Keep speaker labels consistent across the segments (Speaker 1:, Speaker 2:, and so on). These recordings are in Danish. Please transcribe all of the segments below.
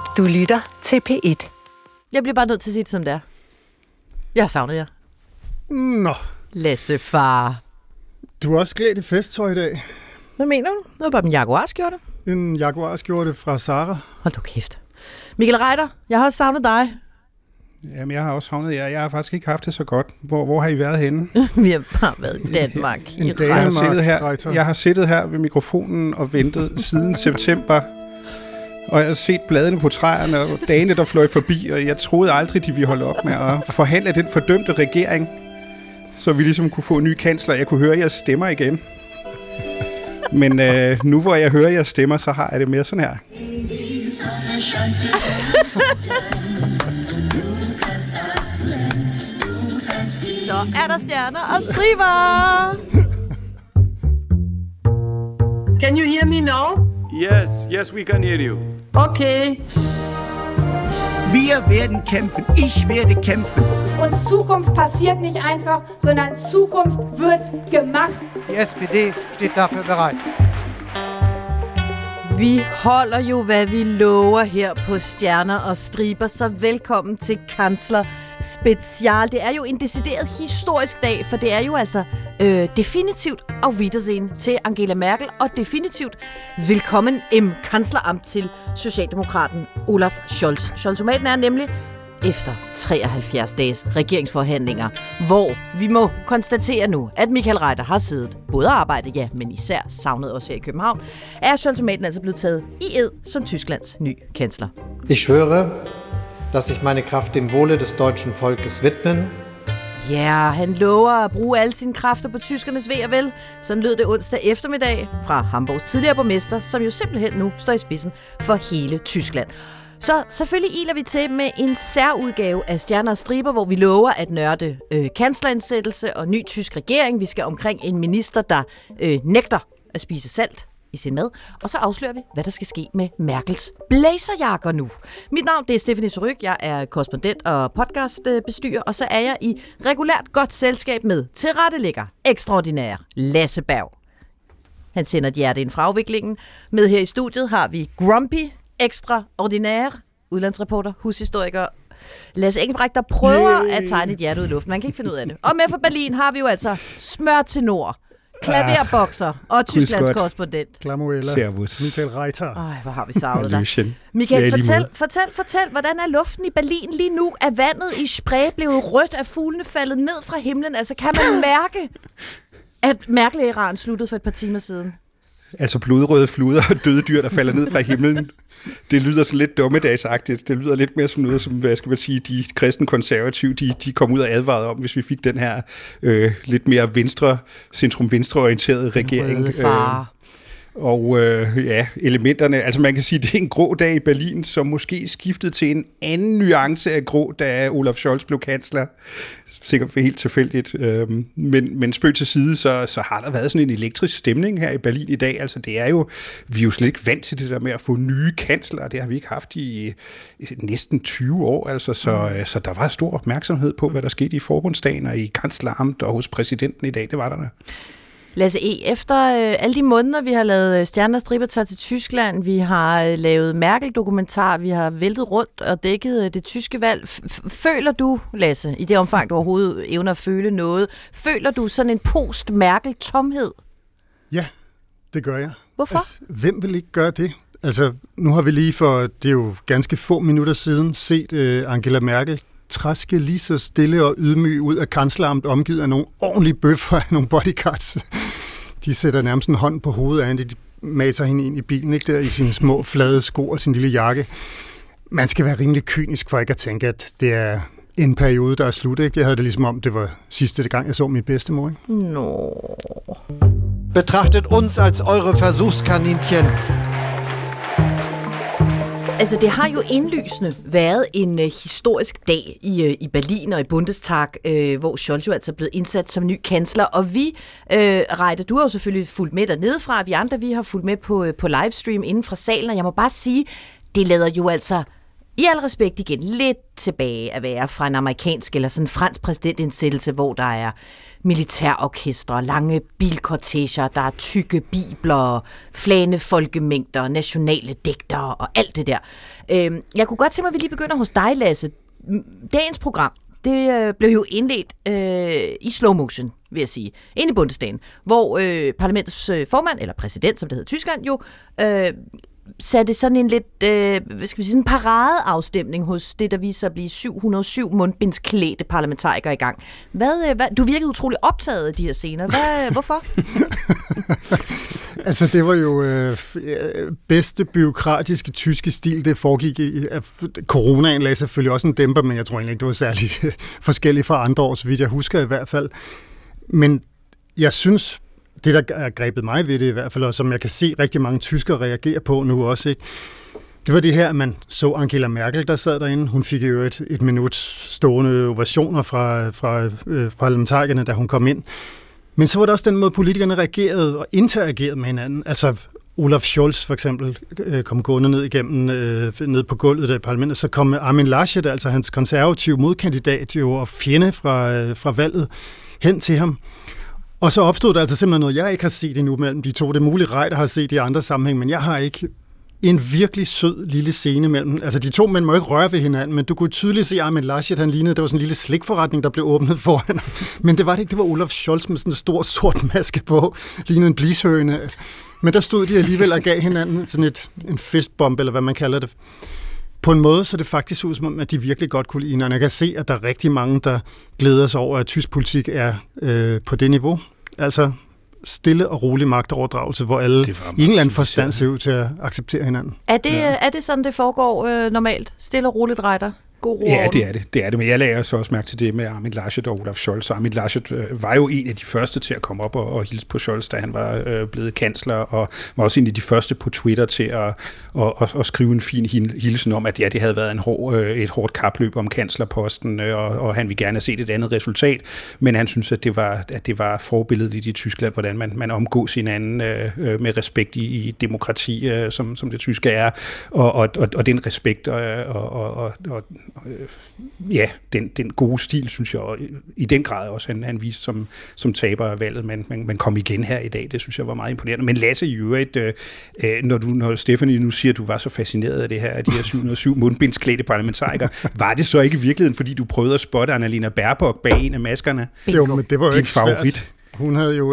Speaker 1: Du lytter til P1.
Speaker 2: Jeg bliver bare nødt til at sige det, som det er. Jeg har savnet jer.
Speaker 3: Nå.
Speaker 2: Lasse far.
Speaker 3: Du har også klædt i festtøj i dag.
Speaker 2: Hvad mener du? Det var bare min Jaguar-skjorte.
Speaker 3: En Jaguar-skjorte fra Zara.
Speaker 2: Hold du kæft. Michael Reiter, jeg har også savnet dig.
Speaker 4: Jamen, jeg har også savnet jer. Jeg har faktisk ikke haft det så godt. Hvor har I været henne?
Speaker 2: Vi har bare været i Danmark.
Speaker 4: Jeg har siddet her ved mikrofonen og ventet siden september. Og jeg har set bladene på træerne og dagene, der fløj forbi, og jeg troede aldrig, de ville holde op med at forhandle den fordømte regering, så vi ligesom kunne få en ny kansler. Jeg kunne høre jeres stemmer igen. Men nu hvor jeg hører jeres stemmer, så har jeg det mere sådan her.
Speaker 2: Så er der stjerner og striber.
Speaker 5: Can you hear me now?
Speaker 6: Yes, we can hear you.
Speaker 5: Okay.
Speaker 7: Wir werden kämpfen. Ich werde kämpfen.
Speaker 8: Und Zukunft passiert nicht einfach, sondern Zukunft wird gemacht.
Speaker 9: Die SPD steht dafür bereit.
Speaker 2: Vi holder jo, hvad vi lover her på Stjerner og Striber, så velkommen til Kansler Special. Det er jo en decideret historisk dag, for det er jo altså definitivt auf Wiedersehen til Angela Merkel, og definitivt velkommen im Kanzleramt til Socialdemokraten Olaf Scholz. Scholzomaten er nemlig efter 73 dages regeringsforhandlinger, hvor vi må konstatere nu, at Michael Reiter har siddet både og arbejdet, ja, men især savnet os her i København, er Scholzomaten altså blevet taget i ed som Tysklands nye kansler.
Speaker 9: Ich schwöre, dass ich meine Kraft dem Wohle des deutschen Volkes widmen.
Speaker 2: Ja, han lover at bruge alle sine kræfter på tyskernes ve og vel. Sådan lød det onsdag eftermiddag fra Hamburgs tidligere borgmester, som jo simpelthen nu står i spidsen for hele Tyskland. Så selvfølgelig iler vi til med en særudgave af Stjerner og Striber, hvor vi lover at nørde kanslerindsættelse og ny tysk regering. Vi skal omkring en minister, der nægter at spise salt i sin mad. Og så afslører vi, hvad der skal ske med Merkels blazerjakker nu. Mit navn det er Stephanie Surrugue. Jeg er korrespondent og podcastbestyrer, og så er jeg i regulært godt selskab med tilrettelægger ekstraordinære Lasse Berg. Han sender et hjerte ind fra afviklingen. Med her i studiet har vi Grumpy, ekstraordinære udlandsreporter, hushistoriker Lasse Engelbrecht, der prøver at tegne et hjerte ud i luften. Man kan ikke finde ud af det. Og med fra Berlin har vi jo altså smør til nord, klaverbokser og Tysklands korrespondent.
Speaker 3: Klamuela.
Speaker 4: Servus.
Speaker 3: Michael Reiter.
Speaker 2: Ej, hvor har vi savnet dig. Michael, fortæl, hvordan er luften i Berlin lige nu? Er vandet i Spree blevet rødt? Er fuglene faldet ned fra himlen? Altså, kan man mærke, at Merkel-æraen sluttede for et par timer siden?
Speaker 4: Altså blodrøde fluder og døde dyr, der falder ned fra himlen. Det lyder sådan lidt dommedagsagtigt. Det lyder lidt mere som noget, som, hvad skal man sige, de kristne konservative, de kom ud og advarede om, hvis vi fik den her lidt mere centrum-venstre-orienterede regering. Og elementerne, altså man kan sige, det er en grå dag i Berlin, som måske skiftede til en anden nuance af grå, da Olaf Scholz blev kansler. Sikkert for helt tilfældigt. Men spøg til side, så har der været sådan en elektrisk stemning her i Berlin i dag. Altså det er jo, vi er jo slet ikke vant til det der med at få nye kansler. Det har vi ikke haft i næsten 20 år. Altså, så der var stor opmærksomhed på, hvad der skete i forbundsdagen og i kansleramt og hos præsidenten i dag. Det var der.
Speaker 2: Lasse E., efter alle de måneder, vi har lavet Stjerner og Striber tager til Tyskland, vi har lavet Merkel-dokumentar, vi har væltet rundt og dækket det tyske valg. Føler du, Lasse, i det omfang, du overhovedet evner at føle noget, føler du sådan en post-Merkel-tomhed?
Speaker 3: Ja, det gør jeg.
Speaker 2: Hvorfor?
Speaker 3: Altså, hvem vil ikke gøre det? Altså, nu har vi lige for, det er jo ganske få minutter siden, set Angela Merkel traske lige så stille og ydmyg ud af kansleramt, omgivet af nogle ordentlige bøffer af nogle bodyguards. De sætter nærmest en hånd på hovedet af hende, de maser hende ind i bilen, ikke der, i sine små flade sko og sin lille jakke. Man skal være rimelig kynisk for ikke at tænke, at det er en periode, der er slut. Ikke? Jeg havde det ligesom om, det var sidste gang, jeg så min bedstemor. Ikke?
Speaker 2: Nå.
Speaker 9: Betrachtet uns als eure Versuchskaninchen.
Speaker 2: Altså, det har jo indlysende været en historisk dag i Berlin og i Bundestag, hvor Scholz jo altså er blevet indsat som ny kansler. Og vi, Reiter, du har jo selvfølgelig fulgt med dernede fra, vi andre, vi har fulgt med på livestream inden fra salen, og jeg må bare sige, det lader jo altså i al respekt igen lidt tilbage at være fra en amerikansk eller sådan en fransk præsidentindsættelse, hvor der er militærorkestre, lange bilkorteger, der er tykke bibler, flagende folkemængder, nationale digtere og alt det der. Jeg kunne godt tænke mig, at vi lige begynder hos dig, Lasse. Dagens program, det blev jo indledt i slow motion, vil jeg sige, inde i Bundestagen, hvor parlamentets formand, eller præsident, som det hedder i Tyskland, jo satte sådan en lidt, sådan en paradeafstemning hos det, der viser at blive 707 mundbindsklædte parlamentarikere i gang. Du virkede utrolig optaget af de her scener. Hvorfor?
Speaker 3: Altså, det var jo bedste byråkratiske tyske stil, det foregik i. Coronaen lagde selvfølgelig også en dæmper, men jeg tror egentlig ikke, det var særligt forskelligt fra andre år, så vidt jeg husker i hvert fald. Men jeg synes, det der er grebet mig ved det i hvert fald, og som jeg kan se rigtig mange tyskere reagere på nu også, ikke? Det var det her, at man så Angela Merkel, der sad derinde. Hun fik jo et minut stående ovationer fra parlamentarikerne, da hun kom ind. Men så var der også den måde, politikerne reagerede og interagerede med hinanden. Altså Olaf Scholz for eksempel kom gående ned på gulvet i parlamentet. Så kom Armin Laschet, altså hans konservative modkandidat jo, og fjende fra valget, hen til ham. Og så opstod der altså simpelthen noget, jeg ikke har set endnu mellem de to. Det er muligt, Reiter har set i andre sammenhæng, men jeg har ikke en virkelig sød lille scene mellem. Altså de to mænd må ikke røre ved hinanden, men du kunne tydeligt se Armin Laschet, han lignede, det var sådan en lille slikforretning, der blev åbnet foran. Men det var det ikke, det var Olaf Scholz med sådan en stor sort maske på, lignede en blishøne. Men der stod de alligevel og gav hinanden sådan en fistbomb, eller hvad man kalder det. På en måde, så det faktisk ud som om, at de virkelig godt kunne lide hinanden. Jeg kan se, at der er rigtig mange, der glæder sig over, at tysk politik er på det niveau. Altså stille og rolig magtoverdragelse, hvor alle i en eller anden forstand ser ud til at acceptere hinanden.
Speaker 2: Er det sådan, det foregår normalt? Stille og roligt, Reiter?
Speaker 4: Ja, det er det, men jeg lagde så også mærke til det med Armin Laschet og Olaf Scholz. Armin Laschet var jo en af de første til at komme op og hilse på Scholz, da han var blevet kansler, og var også en af de første på Twitter til at skrive en fin hilsen om, at ja, det havde været et hårdt kapløb om kanslerposten, og han ville gerne have set et andet resultat, men han synes, at det var forbilledeligt i Tyskland, hvordan man omgås hinanden med respekt i demokrati, som det tyske er, og den respekt den gode stil, synes jeg, og i den grad også, han viste som taber af valget, men kom igen her i dag, det synes jeg var meget imponerende. Men Lasse, i øvrigt, når Stephanie nu siger, at du var så fascineret af det her, af de her 707 mundbindsklædte parlamentarikere, var det så ikke i virkeligheden, fordi du prøvede at spotte Annalena Baerbock bag en af maskerne?
Speaker 3: Jo, men det var jo
Speaker 4: din
Speaker 3: ikke
Speaker 4: favorit.
Speaker 3: Svært. Hun havde jo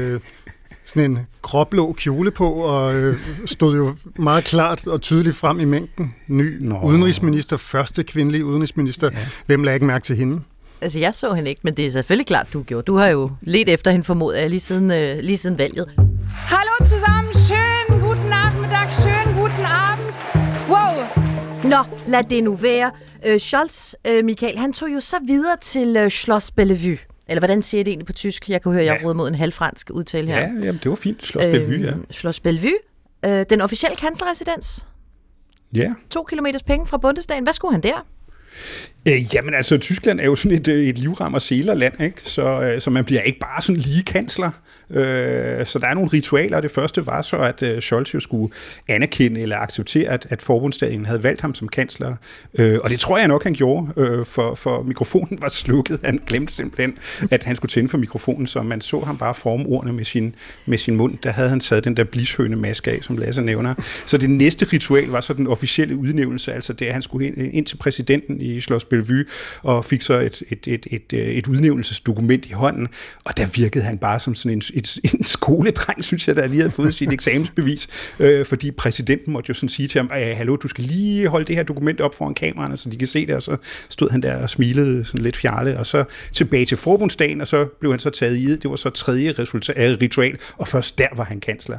Speaker 3: sådan en gråblå kjole på, og stod jo meget klart og tydeligt frem i mængden. Udenrigsminister, første kvindelige udenrigsminister. Ja. Hvem lagde ikke mærke til hende?
Speaker 2: Altså, jeg så hende ikke, men det er selvfølgelig klart, du gjorde. Du har jo ledt efter hende, formoder jeg, lige siden valget.
Speaker 8: Hallo zusammen, schönen guten Nachmittag, schönen guten Abend. Wow!
Speaker 2: Nå, lad det nu være. Scholz, Michael, han tog jo så videre til Schloss Bellevue. Eller hvordan siger det egentlig på tysk? Jeg kunne høre, jeg råd mod en halvfransk udtale her.
Speaker 4: Ja, jamen, det var fint. Schloss Bellevue, ja.
Speaker 2: Schloss Bellevue. Den officielle kanslerresidens.
Speaker 4: Ja.
Speaker 2: 2 kilometers penge fra Bundestagen. Hvad skulle han der?
Speaker 4: Jamen altså, Tyskland er jo sådan et livrem- og selerland, ikke? Så man bliver ikke bare sådan lige kansler. Så der er nogle ritualer, og det første var så, at Scholz jo skulle anerkende eller acceptere, at forbundsdagen havde valgt ham som kansler. Og det tror jeg nok, han gjorde, for mikrofonen var slukket. Han glemte simpelthen, at han skulle tænde for mikrofonen, så man så ham bare forme ordene med sin mund. Der havde han taget den der blishøne maske af, som Lasse nævner. Så det næste ritual var så den officielle udnævnelse, altså det, at han skulle ind til præsidenten i Schloss Bellevue, og fik så et udnævnelsesdokument i hånden, og der virkede han bare som sådan en skoledreng, synes jeg, der lige havde fået sit eksamensbevis, fordi præsidenten måtte jo sådan sige til ham, hallo, du skal lige holde det her dokument op foran kameraerne, så de kan se det, og så stod han der og smilede sådan lidt fjarlet, og så tilbage til forbundsdagen, og så blev han så taget i det var så tredje ritual, og først der var han kansler.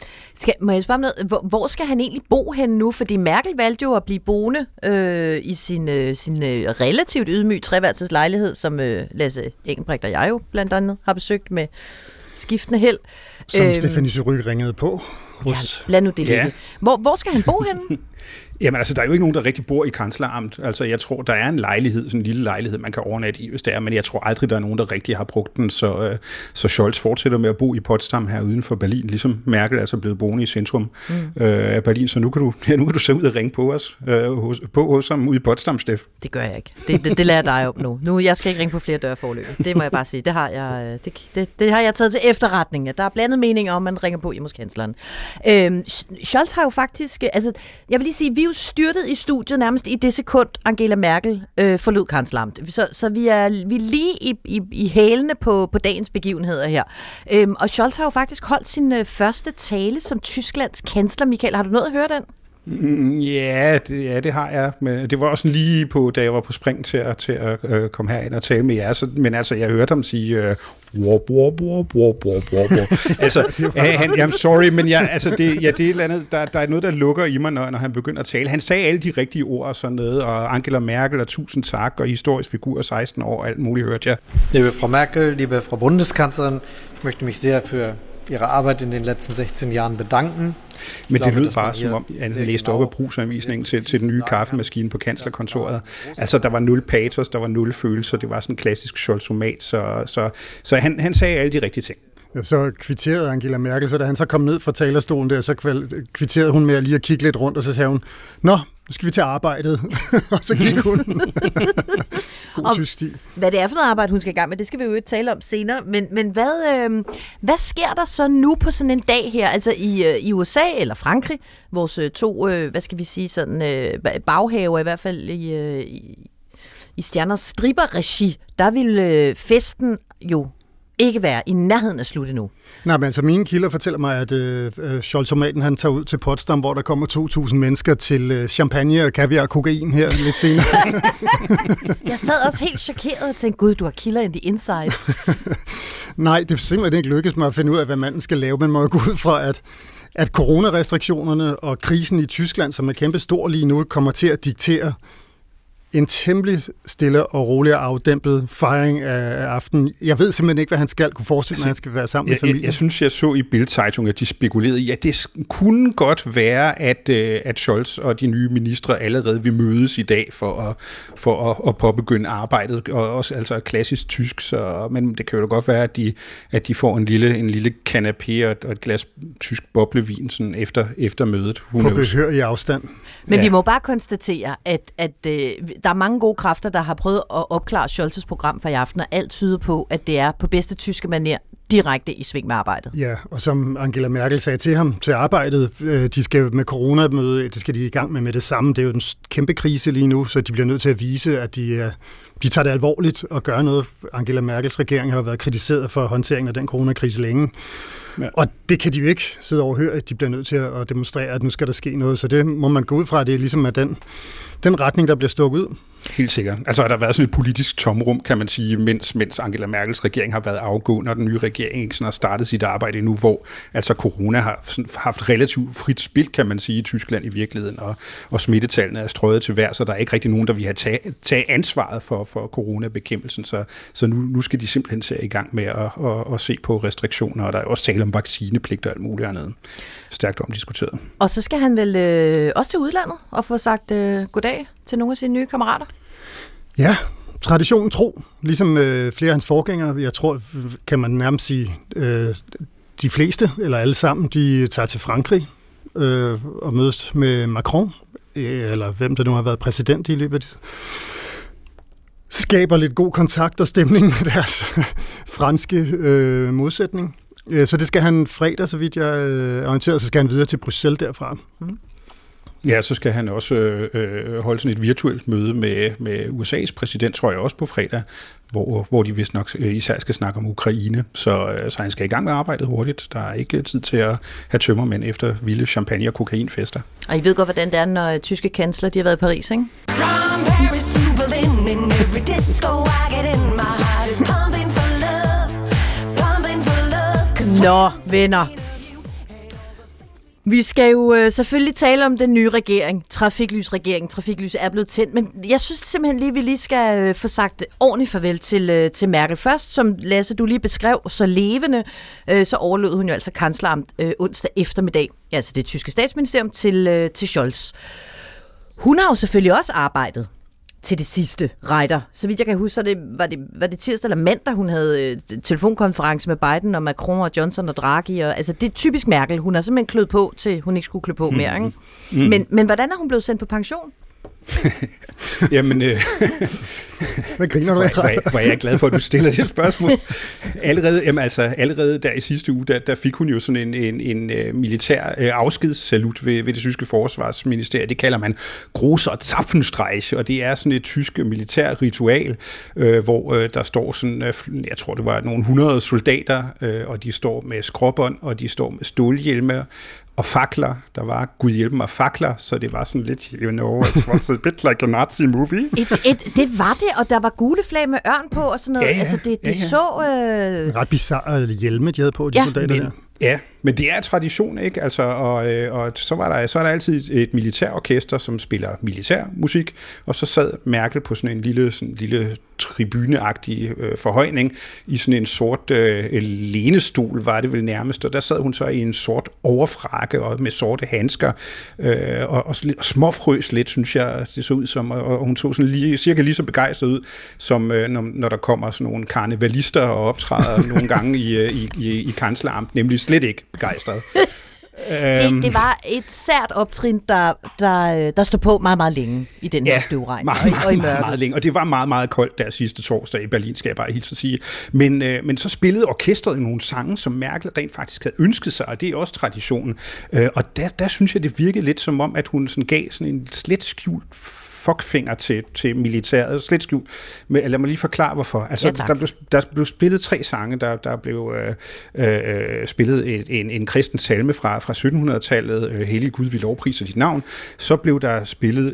Speaker 2: Må jeg spørge om noget? Hvor skal han egentlig bo henne nu? Fordi Merkel valgte jo at blive boende i sin relativt ydmyge treværelses lejlighed, som Lasse Engelbrecht og jeg jo blandt andet har besøgt med skiftende held.
Speaker 3: Som Stefanie Surrugue ringede på.
Speaker 2: Ja, lad nu det ligge. Hvor skal han bo henne?
Speaker 4: Jamen altså, der er jo ikke nogen, der rigtig bor i kansleramt. Altså, jeg tror, der er en lejlighed, sådan en lille lejlighed, man kan overnatte i, hvis det er, men jeg tror aldrig, der er nogen, der rigtig har brugt den, så Scholz fortsætter med at bo i Potsdam her uden for Berlin, ligesom Merkel er altså blevet boende i centrum af Berlin, så nu kan du så ud og ringe på os, hos ham ude i Potsdam, Steff.
Speaker 2: Det gør jeg ikke. Det lærer dig op nu. Jeg skal ikke ringe på flere døre forløb. Det må jeg bare sige. Det har jeg taget til efterretning. Der er blandet meninger om, man ringer på hjemme hos kansleren. Scholz har jo faktisk, altså, jeg vil lige sige, vi er jo styrtet i studiet nærmest i det sekund, Angela Merkel forlod kansleramt. Så vi er lige i hælene på dagens begivenheder her. Og Scholz har jo faktisk holdt sin første tale som Tysklands kansler. Michael, har du nået at høre den?
Speaker 4: Ja, det har jeg. Men det var også lige på, da jeg var på spring til at komme herind og tale med jer. Men altså, jeg hørte ham sige... Altså, I'm sorry, men det er et eller andet, der er noget, der lukker i mig, når han begynder at tale. Han sagde alle de rigtige ord og sådan noget, og Angela Merkel og 1000 tak, og historisk figur 16 år, alt muligt hørte jeg.
Speaker 9: Liebe Frau Merkel, liebe Frau Bundeskanzlerin, ich möchte mich sehr für Ihre Arbeit in den letzten 16 Jahren bedanken.
Speaker 4: Men det lød bare som om, han læste op af brugsanvisningen til den nye kaffemaskine på kanslerkontoret. Altså, der var 0 patos, der var 0 følelser, det var sådan en klassisk Scholzomat, så han sagde alle de rigtige ting.
Speaker 3: Ja, så kvitterede Angela Merkel, så da han så kom ned fra talerstolen der, så kvitterede hun med at lige at kigge lidt rundt, og så sagde hun, nå, nu skal vi til arbejdet. Og så gik hun. God tysk stil.
Speaker 2: Hvad det er for noget arbejde, hun skal i gang med, det skal vi jo ikke tale om senere. Men hvad sker der så nu på sådan en dag her? Altså i USA eller Frankrig, vores to, baghaver i hvert fald i Stjerners striber-regi, der vil festen jo ikke være i nærheden af slut endnu.
Speaker 3: Nej, men altså mine kilder fortæller mig, at Scholzomaten han tager ud til Potsdam, hvor der kommer 2.000 mennesker til champagne og kaviar og kokain her lidt senere.
Speaker 2: Jeg sad også helt chokeret og tænkte, gud, du har kilder in the inside.
Speaker 3: Nej, det er simpelthen ikke lykkedes mig at finde ud af, hvad manden skal lave, men må jo gå ud fra, at coronarestriktionerne og krisen i Tyskland, som er kæmpe stor lige nu, kommer til at diktere en temmelig stille og rolig og afdæmpet fejring af aftenen. Jeg ved simpelthen ikke, hvad han skal kunne forestille, når han skal være sammen med familien.
Speaker 4: Jeg synes, jeg så i Bild-Zeitung, at de spekulerede i, at det kunne godt være, at Scholz og de nye ministre allerede vil mødes i dag for at påbegynde arbejdet, og også altså klassisk tysk, men det kan jo da godt være, at de får en lille canapé og et glas tysk boblevin sådan efter mødet.
Speaker 3: På behørig afstand.
Speaker 2: Men vi må bare konstatere, at der er mange gode kræfter, der har prøvet at opklare Scholz's program for i aften, og alt tyder på, at det er på bedste tyske manér direkte i sving med arbejdet.
Speaker 3: Ja, og som Angela Merkel sagde til ham til arbejdet, de skal med coronamøde, det skal de i gang med det samme. Det er jo en kæmpe krise lige nu, så de bliver nødt til at vise, at de tager det alvorligt og gør noget. Angela Merkels regering har været kritiseret for håndteringen af den coronakrise længe. Ja. Og det kan de jo ikke sidde overhøre, at de bliver nødt til at demonstrere, at nu skal der ske noget. Så det må man gå ud fra, at det er ligesom at den retning, der bliver stukket ud.
Speaker 4: Helt sikkert. Altså har der været sådan et politisk tomrum, kan man sige, mens Angela Merkels regering har været afgående, og den nye regering ikke sådan har startet sit arbejde endnu, hvor altså corona har haft relativt frit spil, kan man sige, i Tyskland i virkeligheden, og smittetallene er strøget til vejr, så der er ikke rigtig nogen, der vil have tage ansvaret for coronabekæmpelsen. Så nu skal de simpelthen se i gang med at se på restriktioner, og der er også tale om vaccinepligt og alt muligt andet. Stærkt omdiskuteret.
Speaker 2: Og så skal han vel også til udlandet og få sagt goddag til nogle af sine nye kammerater?
Speaker 3: Ja, traditionen tro, ligesom flere af hans forgængere, jeg tror, kan man nærmest sige, de fleste, eller alle sammen, de tager til Frankrig og mødes med Macron, eller hvem der nu har været præsident i løbet af det. Skaber lidt god kontakt og stemning med deres franske modsætning. Så det skal han fredag, så vidt jeg er orienteret, så skal han videre til Bruxelles derfra. Mm.
Speaker 4: Ja, så skal han også holde sådan et virtuelt møde med USA's præsident, tror jeg også på fredag, hvor de vist nok især skal snakke om Ukraine. Så han skal i gang med arbejdet hurtigt. Der er ikke tid til at have tømmermænd efter vilde champagne- og kokainfester.
Speaker 2: Og I ved godt, hvordan det er, når tyske kansler de har været i Paris, ikke? From Paris to Berlin, in every disco I get in, my heart is pumping for love, pumping for love. Nå, venner. Vi skal jo selvfølgelig tale om den nye regering, trafiklysregeringen. Trafiklyset er blevet tændt, men jeg synes simpelthen lige, vi lige skal få sagt ordentligt farvel til Merkel. Først, som Lasse, du lige beskrev, så levende, så overlod hun jo altså kansleramt onsdag eftermiddag, altså det tyske statsministerium, til Scholz. Hun har jo selvfølgelig også arbejdet til det sidste, Reiter. Så vidt jeg kan huske, så var det tirsdag eller mandag, hun havde telefonkonference med Biden og Macron og Johnson og Draghi. Og, altså, det er typisk Merkel. Hun har simpelthen kløet på, til hun ikke skulle klø på mere. Ikke? Men hvordan er hun blevet sendt på pension?
Speaker 4: Jamen,
Speaker 3: hvad griner du af?
Speaker 4: Hvor er jeg glad for, at du stiller det spørgsmål. Allerede der i sidste uge, der fik hun jo sådan en militær afskedssalut ved det tyske forsvarsministerium. Det kalder man Großer Zapfenstreich, og det er sådan et tysk militær ritual, hvor der står sådan, jeg tror det var nogle 100 soldater, og de står med skråbånd, og de står med stålhjelme, og fakler. Der var Gud hjælpe mig fakler, så det var sådan lidt, you know, it was a bit like a Nazi movie.
Speaker 2: Det var det, og der var gule flag med ørn på og sådan noget. Ja, altså det så...
Speaker 3: Ret bizarre hjelme, de havde på, de soldater der.
Speaker 4: Ja, men det er tradition, ikke? Altså, og så er der altid et militærorkester, som spiller militærmusik, og så sad Merkel på sådan en lille tribuneagtig forhøjning i sådan en sort lænestol, var det vel nærmest, og der sad hun så i en sort overfrakke og med sorte handsker, og småfrøs lidt, synes jeg, det så ud som, og hun så sådan cirka lige så begejstret ud, som når der kommer sådan nogle karnevalister og optræder nogle gange i kansleramt, nemlig slet ikke begejstret.
Speaker 2: Det var et sært optrin, der stod på meget, meget længe i den her støvregn og i mørket.
Speaker 4: Meget længe, og det var meget, meget koldt der sidste torsdag i Berlin, skal jeg bare hilse at sige. Men så spillede orkestret nogle sange, som Merkel rent faktisk havde ønsket sig, og det er også traditionen. Og der synes jeg, det virkede lidt som om, at hun sådan gav sådan en slet skjult fuckfinger til militæret. Slet skjult. Men lad mig lige forklare, hvorfor. Altså, der blev spillet 3 sange. Der blev spillet en kristen salme fra 1700-tallet, Hellige Gud, vi lovpriser dit navn. Så blev der spillet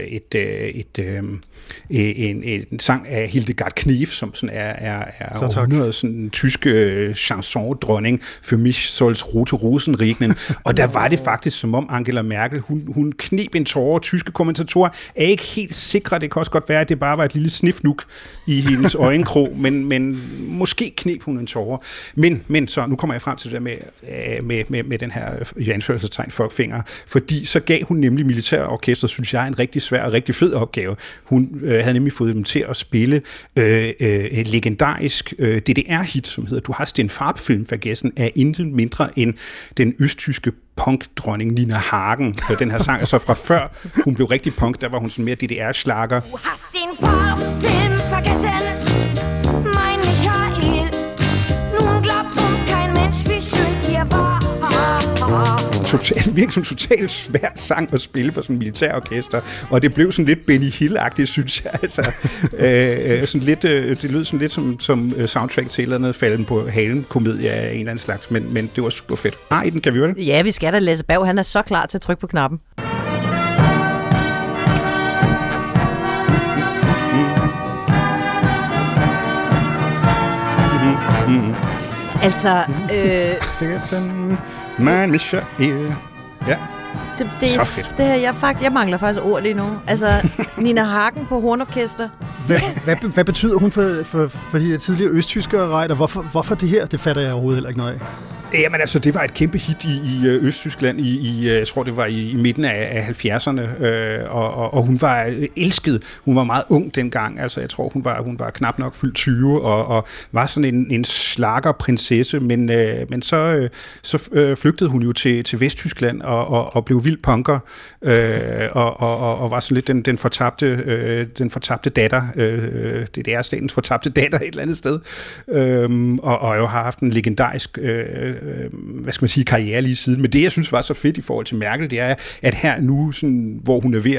Speaker 4: en sang af Hildegard Knef, som sådan er århundredet sådan tyske chanson-dronning, für mich soll's rote Rosen regnen. Og der var det faktisk, som om Angela Merkel, hun kneb en tårer. Tyske kommentatorer er ikke helt sikre. Det kan også godt være, at det bare var et lille snifnuk i hendes øjenkrog, men måske kneb hun en tårer. Men så, nu kommer jeg frem til det der med den her i anførselstegn fuckfinger, fordi så gav hun nemlig militærorkestret, synes jeg, en rigtig svær og rigtig fed opgave. Hun havde nemlig fået dem til at spille et legendarisk DDR-hit, som hedder Du hast den Farbfilm vergessen, af intet mindre end den østtyske punkdronning Nina Hagen. Den her sang er så fra før hun blev rigtig punk, der var hun sådan mere DDR-schlager.
Speaker 1: Du hast den Farbfilm vergessen, mein Michael. Nun glaubt uns kein Mensch, wie schön sie war.
Speaker 4: Virkelig som totalt svært sang at spille for sådan en militærorkester, og det blev sådan lidt Benny Hill-agtigt, synes jeg. Altså, sådan lidt, det lød sådan lidt som soundtrack til et eller andet Falden på halen-komedie af en eller anden slags, men det var super fedt. I den, kan vi høre det?
Speaker 2: Ja, vi skal da. Lasse Berg, han er så klar til at trykke på knappen. Altså,
Speaker 4: Man Michael. Ja.
Speaker 2: Så fedt. Jeg mangler faktisk ord lige nu. Altså, Nina Hagen på hornorkester.
Speaker 3: Hvad betyder hun for de tidligere østtyskere, Reiter? Hvorfor det her? Det fatter jeg overhovedet heller ikke noget af.
Speaker 4: Jamen altså, det var et kæmpe hit i Østtyskland jeg tror det var i midten af 70'erne, og hun var elsket. Hun var meget ung dengang, altså jeg tror hun var knap nok fyldt 20 og var sådan en schlagerprinsesse, men så flygtede hun jo til Vesttyskland og blev vild punker og var sådan lidt den fortabte datter, DDR-statens fortabte datter et eller andet sted, og jo har haft en legendarisk hvad skal man sige, karriere lige siden. Men det, jeg synes var så fedt i forhold til Merkel, det er, at her nu, sådan, hvor hun er ved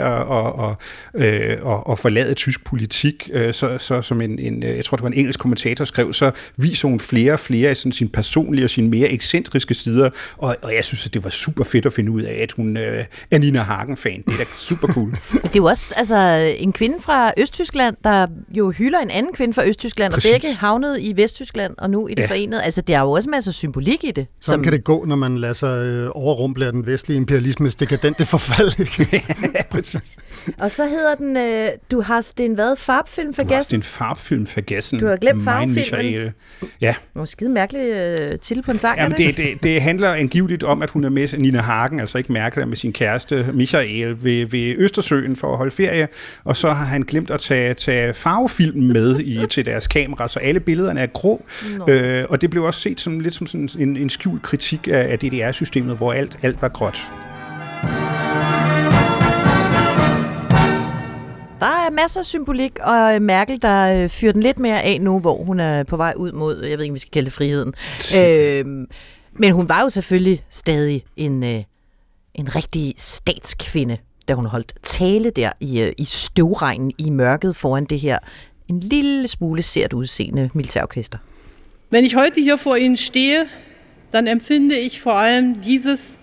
Speaker 4: at forlade tysk politik, så som jeg tror, det var en engelsk kommentator skrev, så viser hun flere og flere af sådan sine personlige og sine mere ekscentriske sider, og jeg synes, at det var super fedt at finde ud af, at hun er Nina Hagen-fan. Det er da super cool.
Speaker 2: Det er jo også altså, en kvinde fra Østtyskland, der jo hylder en anden kvinde fra Østtyskland, præcis. Og begge havnede i Vesttyskland, og nu i det forenede. Altså, der er jo også masser af symbolik i det.
Speaker 3: Sådan kan det gå, når man lader sig overrumple af den vestlige imperialismes dekadente forfald.
Speaker 4: Ja, præcis.
Speaker 2: Og så hedder den, du har den Farbfilm Vergessen?
Speaker 4: Du har den Farbfilm Vergessen.
Speaker 2: Du har glemt farvefilmen.
Speaker 4: Ja.
Speaker 2: Det var skide mærkelig titel på en sang.
Speaker 4: Jamen, det handler angiveligt om, at hun er med Nina Hagen, altså ikke Merkel, med sin kæreste Michael ved Østersøen for at holde ferie, og så har han glemt at tage farvefilmen med til deres kamera, så alle billederne er grå. Og det blev også set som lidt som sådan en skjult kritik af DDR-systemet, hvor alt var gråt.
Speaker 2: Der er masser af symbolik, og Merkel, der fyrer den lidt mere af nu, hvor hun er på vej ud mod, jeg ved ikke, om vi skal kalde det friheden. Men hun var jo selvfølgelig stadig en rigtig statskvinde, da hun holdt tale der i støvregnen i mørket foran det her en lille smule sært udseende militærorkester.
Speaker 5: Wenn ich heute hier vor Ihnen stehe, dann empfinde ich vor allem dieses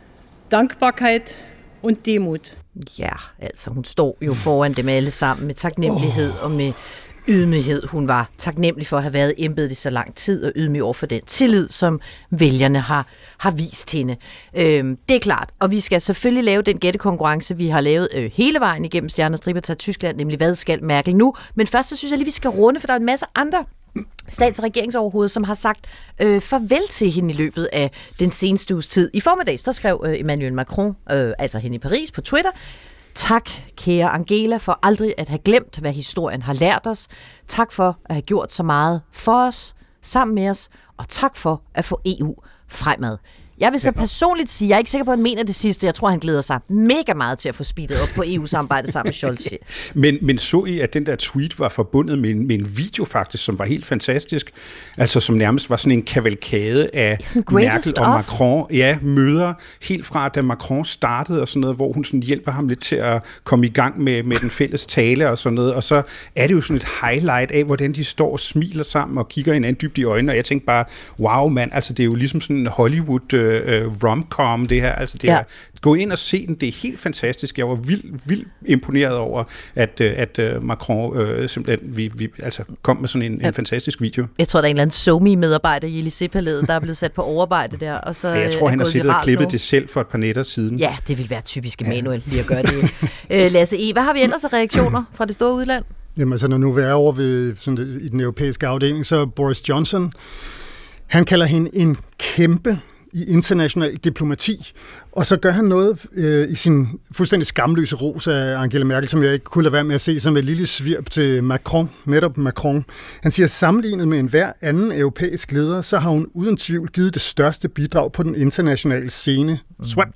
Speaker 5: Dankbarkeit und Demut.
Speaker 2: Ja, altså hun står jo foran dem alle sammen med taknemmelighed og med ydmyghed. Hun var taknemmelig for at have været i embedet i så lang tid og ydmyg over for den tillid, som vælgerne har vist hende. Det er klart, og vi skal selvfølgelig lave den gættekonkurrence, vi har lavet hele vejen igennem Stjerner, Striber til Tyskland, nemlig hvad skal Merkel nu? Men først så synes jeg lige, vi skal runde, for der er en masse andre stats- og regeringsoverhoveder, som har sagt farvel til hende i løbet af den seneste uges tid. I formiddags, der skrev Emmanuel Macron, altså hende i Paris, på Twitter: tak, kære Angela, for aldrig at have glemt, hvad historien har lært os. Tak for at have gjort så meget for os, sammen med os, og tak for at få EU fremad. Jeg vil så personligt sige, jeg er ikke sikker på, at han mener det sidste. Jeg tror, han glæder sig mega meget til at få speedet op på EU-samarbejdet sammen med Scholz.
Speaker 4: Men så I, at den der tweet var forbundet med en video faktisk, som var helt fantastisk? Altså som nærmest var sådan en kavalkade af Merkel og Macron. Ja, møder helt fra, da Macron startede og sådan noget, hvor hun sådan hjælper ham lidt til at komme i gang med den fælles tale og sådan noget. Og så er det jo sådan et highlight af, hvordan de står og smiler sammen og kigger hinanden dybt i øjnene. Og jeg tænkte bare, wow mand, altså det er jo ligesom sådan en Hollywood rom-com, det her. Altså det er, gå ind og se den, det er helt fantastisk. Jeg var vildt imponeret over, at Macron simpelthen altså kom med sådan en fantastisk video.
Speaker 2: Jeg tror, der er en eller anden SoMe-medarbejder i Élysée-palæet, der er blevet sat på overarbejde der. Og så
Speaker 4: jeg tror, han har siddet og klippet det selv for et par nætter siden.
Speaker 2: Ja, det vil være typisk Emmanuel lige at gøre det. Lasse E., hvad har vi ellers af reaktioner fra det store udland?
Speaker 3: Jamen altså, når nu vi er over ved, sådan, i den europæiske afdeling, så Boris Johnson, han kalder hende en kæmpe i international diplomati, og så gør han noget i sin fuldstændig skamløse ros af Angela Merkel, som jeg ikke kunne lade være med at se som et lille svirp til Macron, netop Macron. Han siger, sammenlignet med enhver anden europæisk leder, så har hun uden tvivl givet det største bidrag på den internationale scene. Swap.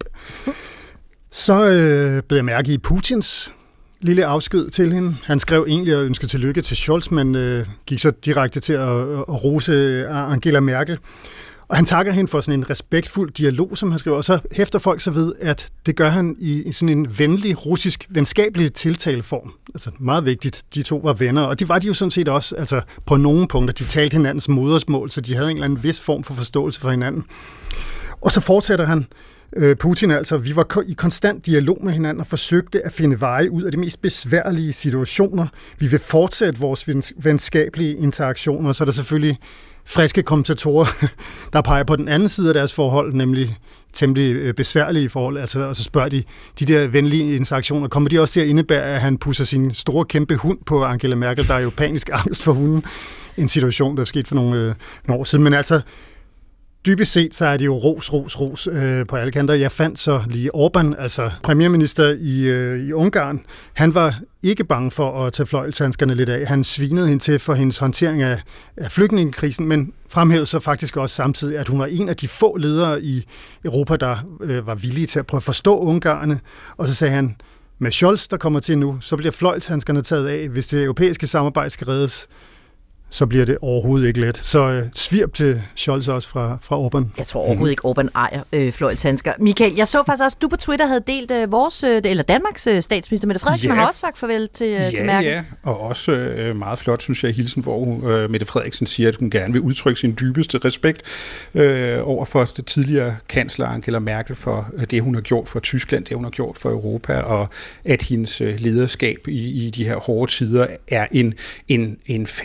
Speaker 3: Så blev jeg mærke i Putins lille afsked til hende. Han skrev egentlig at ønske tillykke til Scholz, men gik så direkte til at rose Angela Merkel. Og han takker hende for sådan en respektfuld dialog, som han skriver, og så hæfter folk så ved, at det gør han i sådan en venlig, russisk, venskabelig tiltaleform. Altså meget vigtigt, de to var venner, og de var de jo sådan set også altså, på nogle punkter. De talte hinandens modersmål, så de havde en eller anden vis form for forståelse for hinanden. Og så fortsætter han, Putin altså, vi var i konstant dialog med hinanden og forsøgte at finde veje ud af de mest besværlige situationer. Vi vil fortsætte vores venskabelige interaktioner, og så er der selvfølgelig friske kommentatorer, der peger på den anden side af deres forhold, nemlig temmelig besværlige forhold, altså, og så spørger de der venlige interaktioner, kommer de også til at indebære, at han pusser sin store kæmpe hund på Angela Merkel, der er jo panisk angst for hunden, en situation, der er sket for nogle år siden, men altså dybest set, så er det jo ros på alle kanter. Jeg fandt så lige Orbán, altså premierminister i Ungarn. Han var ikke bange for at tage fløjlshandskerne lidt af. Han svinede hende til for hendes håndtering af flygtningekrisen, men fremhævede så faktisk også samtidig, at hun var en af de få ledere i Europa, der var villige til at prøve at forstå ungarerne. Og så sagde han, med Scholz, der kommer til nu, så bliver fløjlshandskerne taget af. Hvis det europæiske samarbejde skal reddes, så bliver det overhovedet ikke let. Så svirp til Scholz også fra Orbán.
Speaker 2: Jeg tror overhovedet ikke, Orbán ejer fløjlshandsker. Michael, jeg så faktisk også, du på Twitter havde delt eller Danmarks statsminister Mette Frederiksen har også sagt farvel til Merkel. Ja,
Speaker 4: og også meget flot, synes jeg, hilsen, hvor Mette Frederiksen siger, at hun gerne vil udtrykke sin dybeste respekt over for det tidligere kansler Angela Merkel for det, hun har gjort for Tyskland, det, hun har gjort for Europa, og at hendes lederskab i de her hårde tider er en fasttømret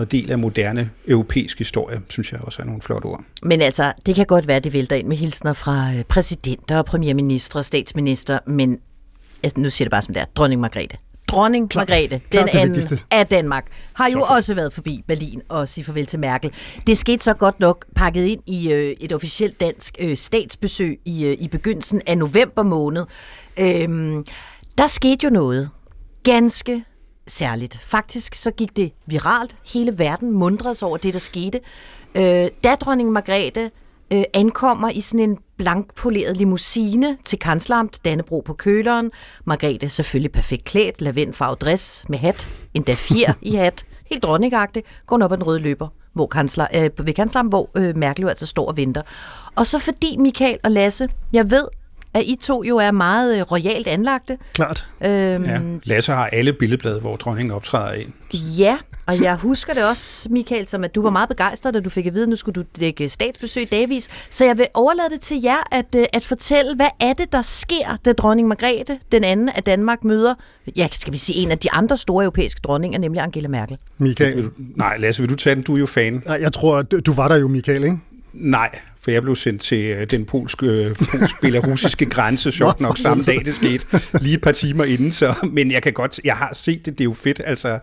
Speaker 4: integreret del af moderne europæisk historie, synes jeg også er nogle flotte ord.
Speaker 2: Men altså, det kan godt være, at det vælter ind med hilsner fra præsidenter, premierministre, statsminister, men nu siger det bare som det er, dronning Margrethe. Dronning Margrethe, den anden af Danmark, har jo også været forbi Berlin og sige farvel til Merkel. Det skete så godt nok pakket ind i et officielt dansk statsbesøg i begyndelsen af november måned. Der skete jo noget ganske særligt. Faktisk så gik det viralt. Hele verden mundrede sig over det, der skete. Da dronning Margrethe ankommer i sådan en blankpoleret limousine til Kanzleramt, Dannebrog på køleren. Margrethe selvfølgelig perfekt klædt, lavendfarvet dress med hat, endda fjer i hat, helt dronningagtigt, går op ad den røde løber ved Kanzleramt, hvor Merkel jo altså står og venter. Og så fordi Michael og Lasse, jeg ved, at I to jo er meget royalt anlagte.
Speaker 3: Klart.
Speaker 4: Lasse har alle billedblade, hvor dronningen optræder i.
Speaker 2: Ja, og jeg husker det også, Michael, som at du var meget begejstret, da du fik at vide, at nu skulle du dække statsbesøg dagvis. Så jeg vil overlade det til jer at fortælle, hvad er det, der sker, da dronning Margrethe, den anden af Danmark, møder, skal vi sige, en af de andre store europæiske dronninger, nemlig Angela Merkel.
Speaker 3: Michael.
Speaker 4: Nej, Lasse, vil du tage den? Du er jo fan.
Speaker 3: Nej, jeg tror, du var der jo, Michael, ikke?
Speaker 4: Nej, for jeg blev sendt til den polsk-belarusiske grænse, sjovt nok samme dag, det skete, lige et par timer inden, så, men jeg har set det, det er jo fedt,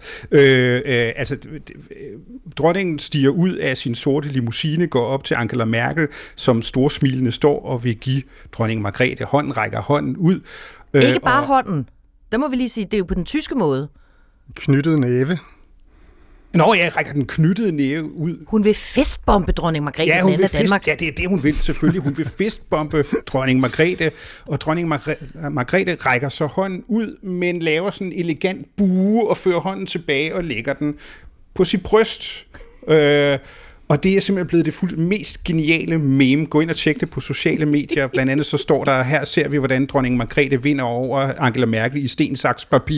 Speaker 4: dronningen stiger ud af sin sorte limousine, går op til Angela Merkel, som storsmilende står og vil give dronning Margrethe hånden, rækker hånden ud.
Speaker 2: Ikke bare hånden, der må vi lige sige, det er jo på den tyske måde.
Speaker 3: Knyttet næve.
Speaker 4: Nå, jeg rækker den knyttede næve ud.
Speaker 2: Hun vil festbombe dronning Margrethe, den anden af Danmark.
Speaker 4: Ja, det er det, hun vil selvfølgelig. Hun vil festbombe dronning Margrethe, og dronning Margrethe rækker så hånden ud, men laver sådan en elegant bue og fører hånden tilbage og lægger den på sit bryst. Og det er simpelthen blevet det mest geniale meme. Gå ind og tjek det på sociale medier. Blandt andet så står der, her ser vi, hvordan dronning Margrethe vinder over Angela Merkel i sten, saks, papir.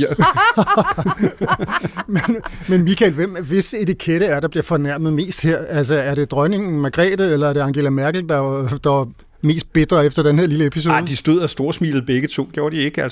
Speaker 3: men Michael, hvis etikette er, der bliver fornærmet mest her? Altså, er det dronningen Margrethe, eller er det Angela Merkel, der mest bitre efter den her lille episode?
Speaker 4: Nej, de stod og storsmilede begge to, gjorde de ikke?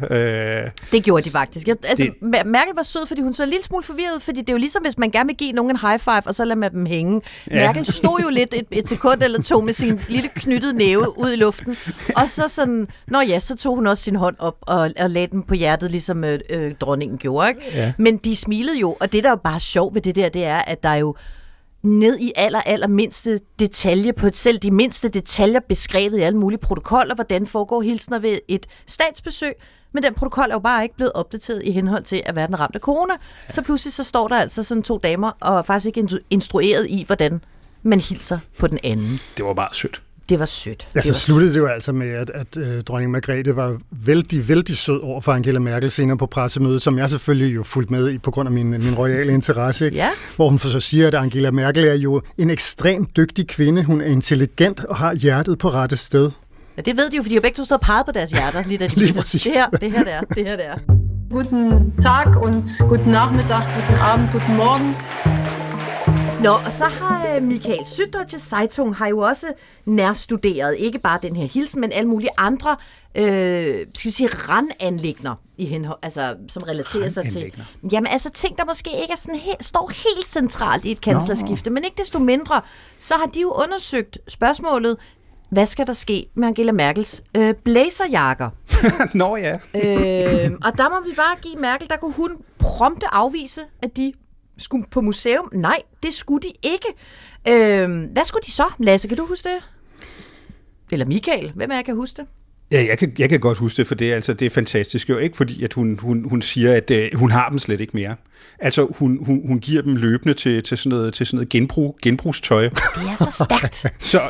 Speaker 2: Det gjorde de faktisk. Merkel var sød, fordi hun så en lille smule forvirret, fordi det er jo ligesom, hvis man gerne vil give nogen en high five, og så lader man dem hænge. Ja. Merkel stod jo lidt et sekund eller to med sin lille knyttede næve ud i luften, og så sådan, så tog hun også sin hånd op og lagde den på hjertet, ligesom dronningen gjorde, ikke? Ja. Men de smilede jo, og det der er bare sjovt ved det der, det er, at der er jo ned i aller mindste detalje, på selv de mindste detaljer beskrevet i alle mulige protokoller, hvordan foregår hilsner ved et statsbesøg, men den protokol er jo bare ikke blevet opdateret i henhold til, at verden er ramt af corona. Ja. Så pludselig så står der altså sådan to damer, og faktisk ikke instrueret i, hvordan man hilser på den anden.
Speaker 4: Det var bare sødt.
Speaker 2: Det var sødt.
Speaker 3: Ja, så sluttede det jo altså med, at dronning Margrethe var vældig sød over for Angela Merkel senere på pressemødet, som jeg selvfølgelig jo fulgte med i på grund af min royale interesse. Ja. Hvor hun så siger, at Angela Merkel er jo en ekstremt dygtig kvinde. Hun er intelligent og har hjertet på rette sted.
Speaker 2: Ja, det ved de jo, fordi de jo begge to stod og pegede på deres hjerter. Lige da de
Speaker 3: lige præcis.
Speaker 2: Det her det er.
Speaker 5: Guten Tag und guten Nachmittag, guten Abend, guten Morgen.
Speaker 2: Nå, og så har Michael, Süddeutsche Zeitung har jo også nærstuderet, ikke bare den her hilsen, men alle mulige andre, skal vi sige, randanliggender, som relaterer sig til. Jamen altså ting, der måske ikke er sådan står helt centralt i et kanslerskifte, men ikke desto mindre, så har de jo undersøgt spørgsmålet, hvad skal der ske med Angela Merkels blazerjakker?
Speaker 4: Nå ja.
Speaker 2: Og der må vi bare give Merkel, der kunne hun prompte afvise, at de skulle på museum. Nej, det skulle de ikke. Hvad skulle de så? Lasse, kan du huske det? Eller Michael, hvem er jeg kan huske det?
Speaker 4: Ja, jeg kan godt huske det, for det er fantastisk jo ikke, fordi at hun siger, at hun har dem slet ikke mere. Altså, hun giver dem løbende til sådan noget genbrugstøj.
Speaker 2: Det er så stærkt.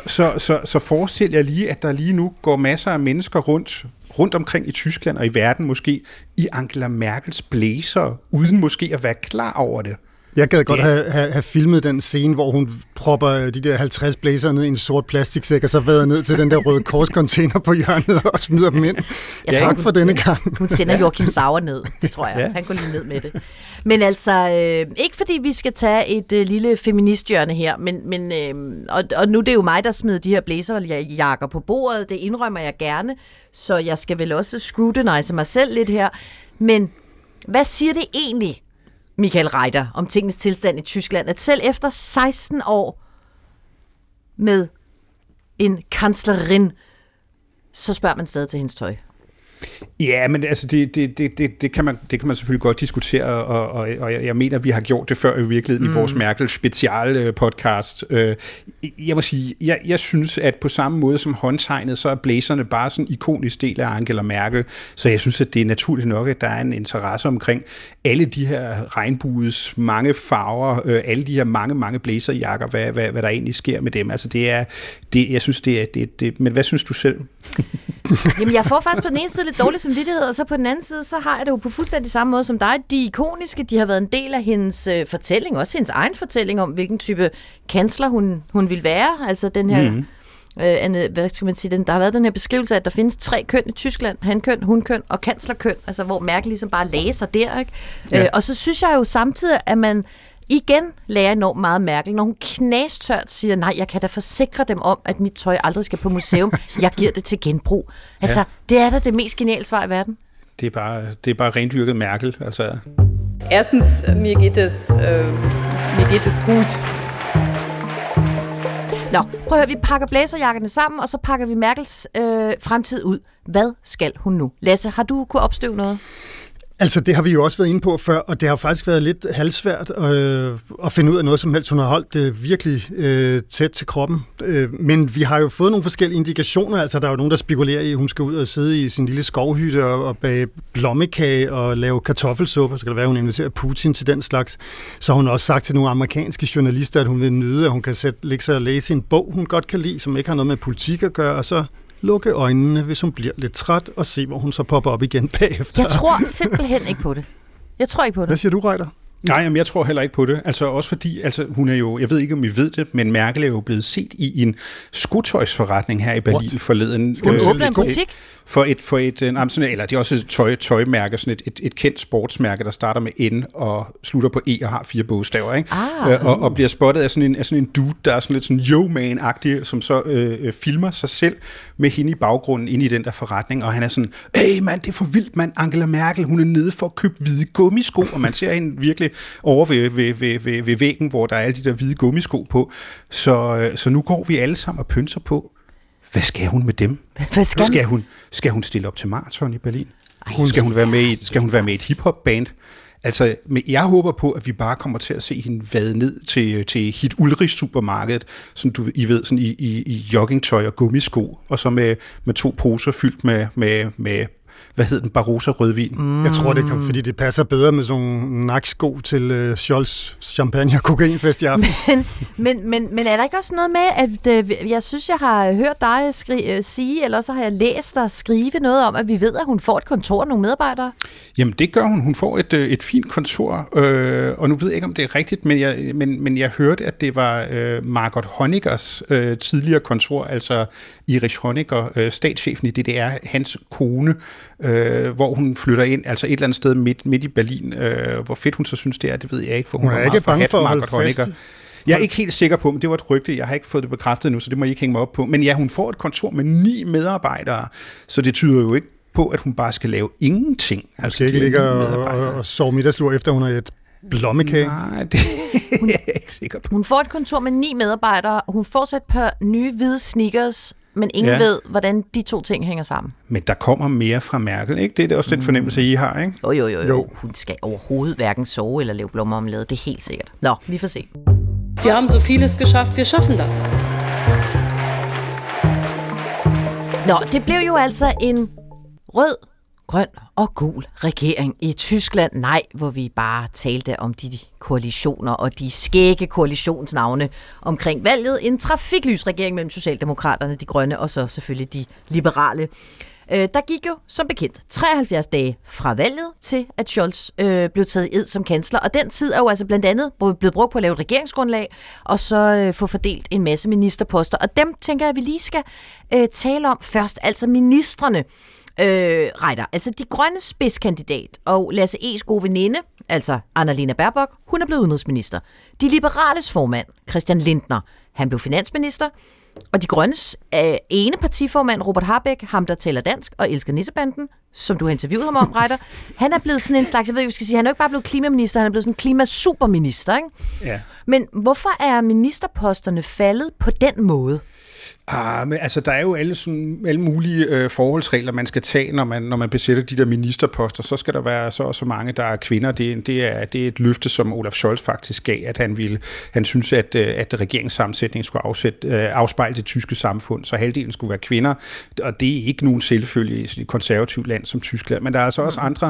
Speaker 4: så forestil jer lige, at der lige nu går masser af mennesker rundt omkring i Tyskland og i verden måske, i Angela Merkels blazer, uden måske at være klar over det.
Speaker 3: Jeg gad godt have filmet den scene, hvor hun propper de der 50 blazer ned i en sort plastiksæk, og så vader ned til den der Røde Kors-container på hjørnet og smider dem ind. Tak for denne gang.
Speaker 2: Hun sender Joachim Sauer ned, det tror jeg. Ja. Han går lige ned med det. Men altså, ikke fordi vi skal tage et lille feministhjørne her, men og nu det er jo mig, der smider de her blazerjakker på bordet, det indrømmer jeg gerne, så jeg skal vel også scrutinize mig selv lidt her. Men hvad siger det egentlig Michael Reiter, om tingens tilstand i Tyskland, at selv efter 16 år med en kanslerin, så spørger man stadig til hendes tøj.
Speaker 4: Ja, men altså det kan man selvfølgelig godt diskutere, og jeg mener, vi har gjort det før i virkeligheden i vores Merkel special podcast. Jeg må sige, jeg synes, at på samme måde som håndtegnet, så er blæserne bare sådan en ikonisk del af Angela Merkel, så jeg synes, at det er naturligt nok, at der er en interesse omkring alle de her regnbues mange farver, alle de her mange blæserjakker, hvad der egentlig sker med dem. Altså jeg synes, det er men hvad synes du selv?
Speaker 2: Jamen, jeg får faktisk på den ene side lidt dårlig samvittighed, og så på den anden side, så har jeg det jo på fuldstændig samme måde som dig. De ikoniske, de har været en del af hendes fortælling, også hendes egen fortælling om, hvilken type kansler hun vil være. Altså den her, hvad skal man sige, der har været den her beskrivelse af, at der findes 3 køn i Tyskland, hankøn, hunkøn og kanslerkøn, altså hvor Merkel ligesom bare lagde sig der, ikke? Ja. Og så synes jeg jo samtidig, at man igen lærer enormt meget Merkel, når hun knastørt siger, nej, jeg kan da forsikre dem om, at mit tøj aldrig skal på museum. Jeg giver det til genbrug. Altså, det er da det mest geniale svar i verden.
Speaker 4: Det er bare rendyrket Merkel. Altså.
Speaker 5: Erstens, mir geht es gut.
Speaker 2: Nå, prøv at høre, vi pakker blæserjakkerne sammen, og så pakker vi Merkels fremtid ud. Hvad skal hun nu? Lasse, har du kunne opstøve noget?
Speaker 3: Altså, det har vi jo også været inde på før, og det har faktisk været lidt halvsvært at finde ud af noget som helst. Hun har holdt det virkelig tæt til kroppen. Men vi har jo fået nogle forskellige indikationer. Altså, der er jo nogen, der spekulerer i, at hun skal ud og sidde i sin lille skovhytte og bage blommekage og lave kartoffelsuppe. Så kan det være, at hun inviterer Putin til den slags. Så har hun også sagt til nogle amerikanske journalister, at hun vil nyde, at hun kan lægge sig og læse en bog, hun godt kan lide, som ikke har noget med politik at gøre, og så lukke øjnene, hvis hun bliver lidt træt, og se, hvor hun så popper op igen bagefter.
Speaker 2: Jeg tror simpelthen ikke på det. Jeg tror ikke på det.
Speaker 3: Hvad siger du, Reiter?
Speaker 4: Nej, men jeg tror heller ikke på det. Altså også fordi, hun er jo, jeg ved ikke, om I ved det, men Merkel er jo blevet set i en skotøjsforretning her i Berlin forleden.
Speaker 2: Skal hun åbne en butik?
Speaker 4: Eller det er også et tøjmærke, sådan et kendt sportsmærke, der starter med N og slutter på E og har 4 bogstaver, ikke? Og bliver spottet af sådan en dude, der er sådan lidt sådan yo-man-agtig, som så filmer sig selv med hende i baggrunden inde i den der forretning, og han er sådan, hey mand, det er for vildt, mand, Angela Merkel, hun er nede for at købe hvide gummisko, og man ser hende virkelig over ved væggen, hvor der er alle de der hvide gummisko på. Så nu går vi alle sammen og pynser på, hvad skal hun med dem? Skal hun stille op til maraton i Berlin? Skal hun være med i et hiphop-band? Altså, jeg håber på, at vi bare kommer til at se hende vade ned til Hit Ulrich-supermarkedet, som I ved, sådan i joggingtøj og gummisko, og så med 2 poser fyldt med hvad hed den, Barossa rødvin.
Speaker 3: Jeg tror, det kan, fordi det passer bedre med sådan nogle naksko til Scholz champagne og kokainfest i aften.
Speaker 2: Men er der ikke også noget med, at jeg synes, jeg har hørt dig sige, eller så har jeg læst dig skrive noget om, at vi ved, at hun får et kontor og nogle medarbejdere?
Speaker 4: Jamen, det gør hun. Hun får et fint kontor, og nu ved jeg ikke, om det er rigtigt, men jeg hørte, at det var Margot Honeckers tidligere kontor, altså Erich Honecker, statschefen i DDR, hans kone, hvor hun flytter ind, altså et eller andet sted midt i Berlin. Hvor fedt hun så synes det er, det ved jeg ikke, for hun er ikke bange for Margot Honecker. Jeg er ikke helt sikker på, men det var et rygte. Jeg har ikke fået det bekræftet nu, så det må I ikke hænge mig op på. Men ja, hun får et kontor med 9 medarbejdere, så det tyder jo ikke på, at hun bare skal lave ingenting.
Speaker 3: Hun skal ikke ligge og sove middagslur efter, hun har et blommekage.
Speaker 4: Nej, det er jeg ikke sikker på.
Speaker 2: Hun får et kontor med 9 medarbejdere, hun får så et par nye hvide sneakers, men ingen ved, hvordan de 2 ting hænger sammen. Men
Speaker 4: der kommer mere fra Merkel, ikke? Det er også den fornemmelse, I har, ikke?
Speaker 2: Jo. Hun skal overhovedet hverken sove eller lave blommeromlade, det er helt sikkert. Nå, vi får se.
Speaker 5: Wir haben so vieles geschafft, wir schaffen das.
Speaker 2: Nå, det blev jo altså en rød, grøn og gul regering i Tyskland. Nej, hvor vi bare talte om de koalitioner og de skægge koalitionsnavne omkring valget. En trafiklysregering mellem Socialdemokraterne, de grønne og så selvfølgelig de liberale. Der gik jo som bekendt 73 dage fra valget til, at Scholz blev taget i ed som kansler. Og den tid er jo altså blandt andet blevet brugt på at lave et regeringsgrundlag, og så få fordelt en masse ministerposter. Og dem tænker jeg, at vi lige skal tale om først, altså ministrene. Reiter, altså de grønne spidskandidat og Lasse E's gode veninde, altså Annalena Baerbock, hun er blevet udenrigsminister. De liberales formand, Christian Lindner, han blev finansminister. Og de grønnes ene partiformand, Robert Habeck, ham der taler dansk og elsker nissebanden, som du har interviewet ham om, Reiter, han er blevet sådan en slags, jeg ved ikke, hvad jeg skal sige, han er jo ikke bare blevet klimaminister, han er blevet sådan en klimasuperminister, ikke?
Speaker 4: Ja.
Speaker 2: Men hvorfor er ministerposterne faldet på den måde?
Speaker 4: Men altså, der er jo alle mulige forholdsregler, man skal tage, når man besætter de der ministerposter. Så skal der være så mange, der er kvinder. Det er et løfte, som Olaf Scholz faktisk gav, at han synes, at regeringssammensætning skulle afspejle det tyske samfund, så halvdelen skulle være kvinder. Og det er ikke nogen selvfølge i et konservativt land som Tyskland. Men der er altså også andre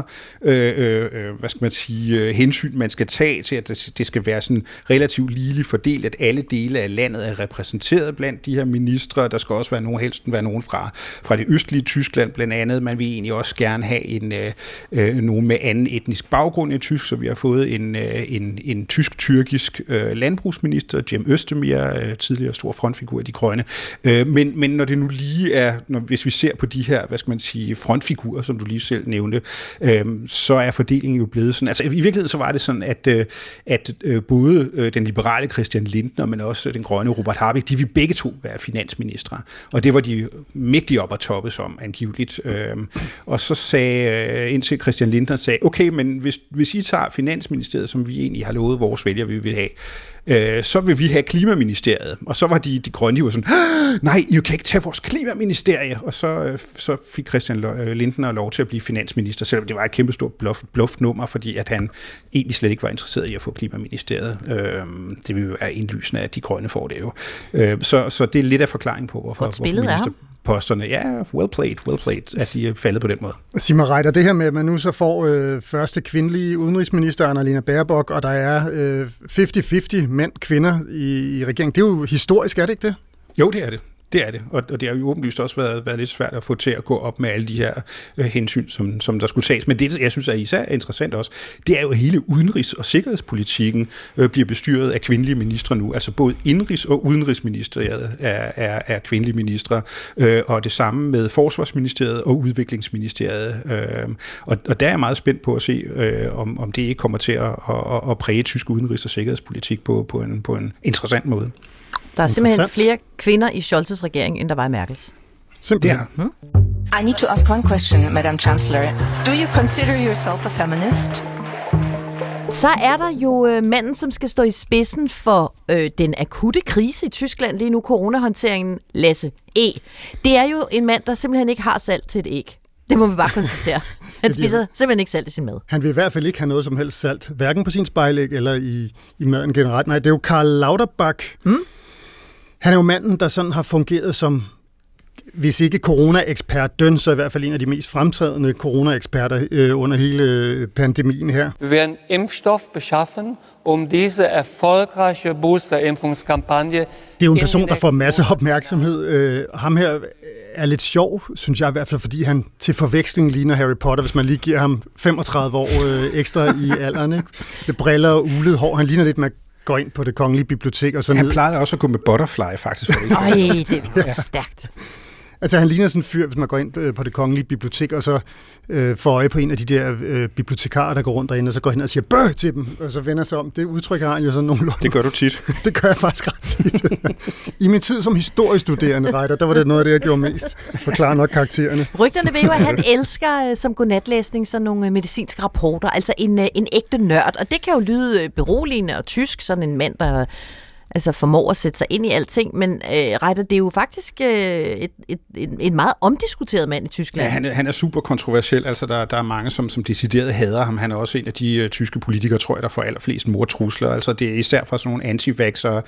Speaker 4: hensyn, man skal tage til, at det skal være sådan relativt ligeligt fordelt, at alle dele af landet er repræsenteret blandt de her ministre. Der skal også være nogen fra det østlige Tyskland blandt andet. Man vil egentlig også gerne have nogen med anden etnisk baggrund i tysk, så vi har fået en tysk-tyrkisk landbrugsminister, Cem Özdemir, tidligere stor frontfigur af De Grønne. Men når det nu lige er, hvis vi ser på de her, frontfigurer, som du lige selv nævnte, så er fordelingen jo blevet sådan. Altså i virkeligheden så var det sådan, at både den liberale Christian Lindner, men også den grønne Robert Habeck, de vil begge to være finansministre. Og det var de mægtige op at toppe som angiveligt. Og så sagde, indtil Christian Lindner sagde, okay, men hvis I tager Finansministeriet, som vi egentlig har lovet vores vælgere, vi vil have, så vil vi have Klimaministeriet. Og så var de grønne jo sådan, nej, I kan ikke tage vores Klimaministerie. Og så fik Christian Lindner lov til at blive finansminister, selvom det var et kæmpestort bluffnummer, fordi at han egentlig slet ikke var interesseret i at få Klimaministeriet. Det vil jo være indlysende, at de grønne får det jo. Så det er lidt af forklaring på, hvorfor ministerposterne, well played, at de er faldet på den måde.
Speaker 3: Sig mig, Reiter, det her med, at man nu så får første kvindelige udenrigsminister, Annalena Baerbock, og der er 50-50 mænd, kvinder i regeringen, det er jo historisk, er det ikke det?
Speaker 4: Jo, det er det. Det er det, og det har jo åbenlyst også været lidt svært at få til at gå op med alle de her hensyn, som der skulle tages. Men det, jeg synes er især interessant også, det er jo, at hele udenrigs- og sikkerhedspolitikken bliver bestyret af kvindelige ministre nu. Altså både indrigs- og udenrigsministeriet er kvindelige ministre, og det samme med forsvarsministeriet og udviklingsministeriet. Og der er jeg meget spændt på at se, om det ikke kommer til at præge tysk udenrigs- og sikkerhedspolitik på en interessant måde.
Speaker 2: Der er simpelthen flere kvinder i Scholz's regering, end der var i Merkels.
Speaker 3: Simpelthen.
Speaker 10: I need to ask one question, Madam Chancellor. Do you consider yourself a feminist?
Speaker 2: Så er der jo manden, som skal stå i spidsen for den akutte krise i Tyskland lige nu, coronahåndteringen, Lasse E. Det er jo en mand, der simpelthen ikke har salt til et æg. Det må vi bare konstatere. Han spiser simpelthen ikke salt i sin mad. Han vil i hvert fald ikke have noget som helst salt, hverken på sin spejlæg eller i maden generelt. Nej, det er jo Karl Lauterbach. Han er jo manden, der sådan har fungeret som, hvis ikke corona-ekspert, så i hvert fald en af de mest fremtrædende corona-eksperter under hele pandemien her.
Speaker 11: Wir werden Impfstoff beschaffen, diese erfolgreiche Boosterimpfungskampagne.
Speaker 3: Det er jo en person, der får masser af opmærksomhed. Ham her er lidt sjov, synes jeg i hvert fald, fordi han til forveksling ligner Harry Potter, hvis man lige giver ham 35 år ekstra i alderen. Ikke? Det briller og ulet hår. Han ligner lidt, man går ind på Det Kongelige Bibliotek. Og sådan
Speaker 4: han plejede også at gå med butterfly, faktisk.
Speaker 2: Ej, det er stærkt.
Speaker 3: Altså, han ligner sådan en fyr, hvis man går ind på Det Kongelige Bibliotek, og så får øje på en af de der bibliotekarer, der går rundt derinde, og så går hen og siger bøh til dem, og så vender sig om. Det udtryk har han jo sådan nogenlunde.
Speaker 4: Det gør du tit.
Speaker 3: Det gør jeg faktisk ret tit. I min tid som historiestuderende, Reiter, der var det noget af det, jeg gjorde mest. Forklare nok karaktererne.
Speaker 2: Rygterne ved jo, at han elsker som godnatlæsning sådan nogle medicinske rapporter, altså en ægte nørd, og det kan jo lyde beroligende og tysk, sådan en mand, der altså formår at sætte sig ind i alting, men Reiter, det er jo faktisk en meget omdiskuteret mand i Tyskland.
Speaker 4: Ja, han er super kontroversiel, altså der er mange, som decideret hader ham. Han er også en af de tyske politikere, tror jeg, der får allerflest mordtrusler. Altså det er især fra sådan nogle anti-vaxxere,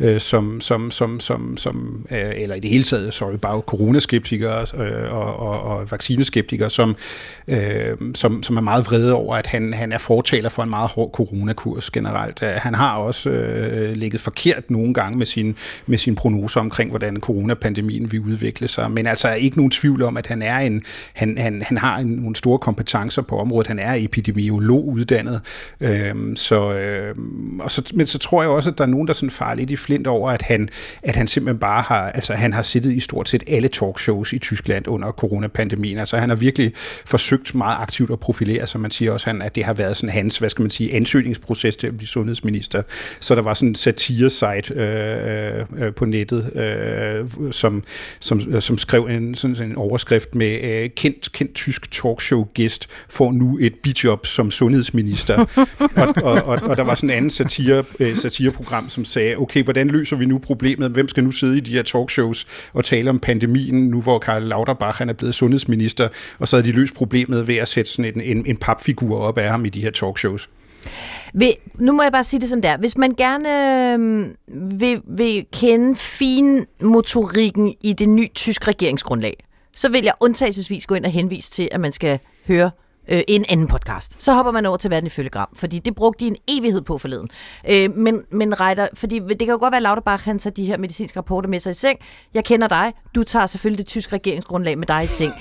Speaker 4: eller i det hele taget, bare coronaskeptikere og vaccineskeptikere, som er meget vrede over, at han er fortaler for en meget hård coronakurs generelt. Han har også ligget forkert nogle gange med sin prognoser omkring, hvordan coronapandemien vil udvikle sig. Men altså ikke nogen tvivl om, at han er han har nogle store kompetencer på området. Han er epidemiolog uddannet. Men så tror jeg også, at der er nogen, der sådan farer lidt i flint over, at han simpelthen bare han har siddet i stort set alle talkshows i Tyskland under coronapandemien. Altså han har virkelig forsøgt meget aktivt at profilere sig. Man siger også, at det har været sådan hans, ansøgningsproces til at blive sundhedsminister. Så der var sådan satires site på nettet, som skrev sådan en overskrift med kendt tysk talkshow-gæst får nu et bijob som sundhedsminister. og der var sådan en anden satireprogram, som sagde, okay, hvordan løser vi nu problemet? Hvem skal nu sidde i de her talkshows og tale om pandemien, nu hvor Karl Lauterbach han er blevet sundhedsminister, og så havde de løst problemet ved at sætte sådan en papfigur op af ham i de her talkshows.
Speaker 2: Nu må jeg bare sige det som det er. Hvis man gerne vil kende finmotorikken i det nye tysk regeringsgrundlag, så vil jeg undtagelsesvis gå ind og henvise til, at man skal høre en anden podcast. Så hopper man over til Verden ifølge Gram, fordi det brugte de en evighed på forleden. Men Reiter, fordi det kan jo godt være, at Lauterbach han tager de her medicinske rapporter med sig i seng. Jeg kender dig. Du tager selvfølgelig det tyske regeringsgrundlag med dig i seng.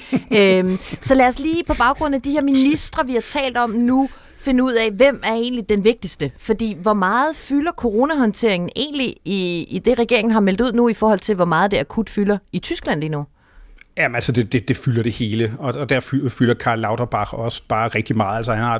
Speaker 2: Så lad os lige på baggrund af de her ministre, vi har talt om nu, finde ud af, hvem er egentlig den vigtigste. Fordi hvor meget fylder coronahåndteringen egentlig i det, regeringen har meldt ud nu, i forhold til, hvor meget det akut fylder i Tyskland lige nu?
Speaker 4: Jamen altså, det fylder det hele, og der fylder Karl Lauterbach også bare rigtig meget. Altså han har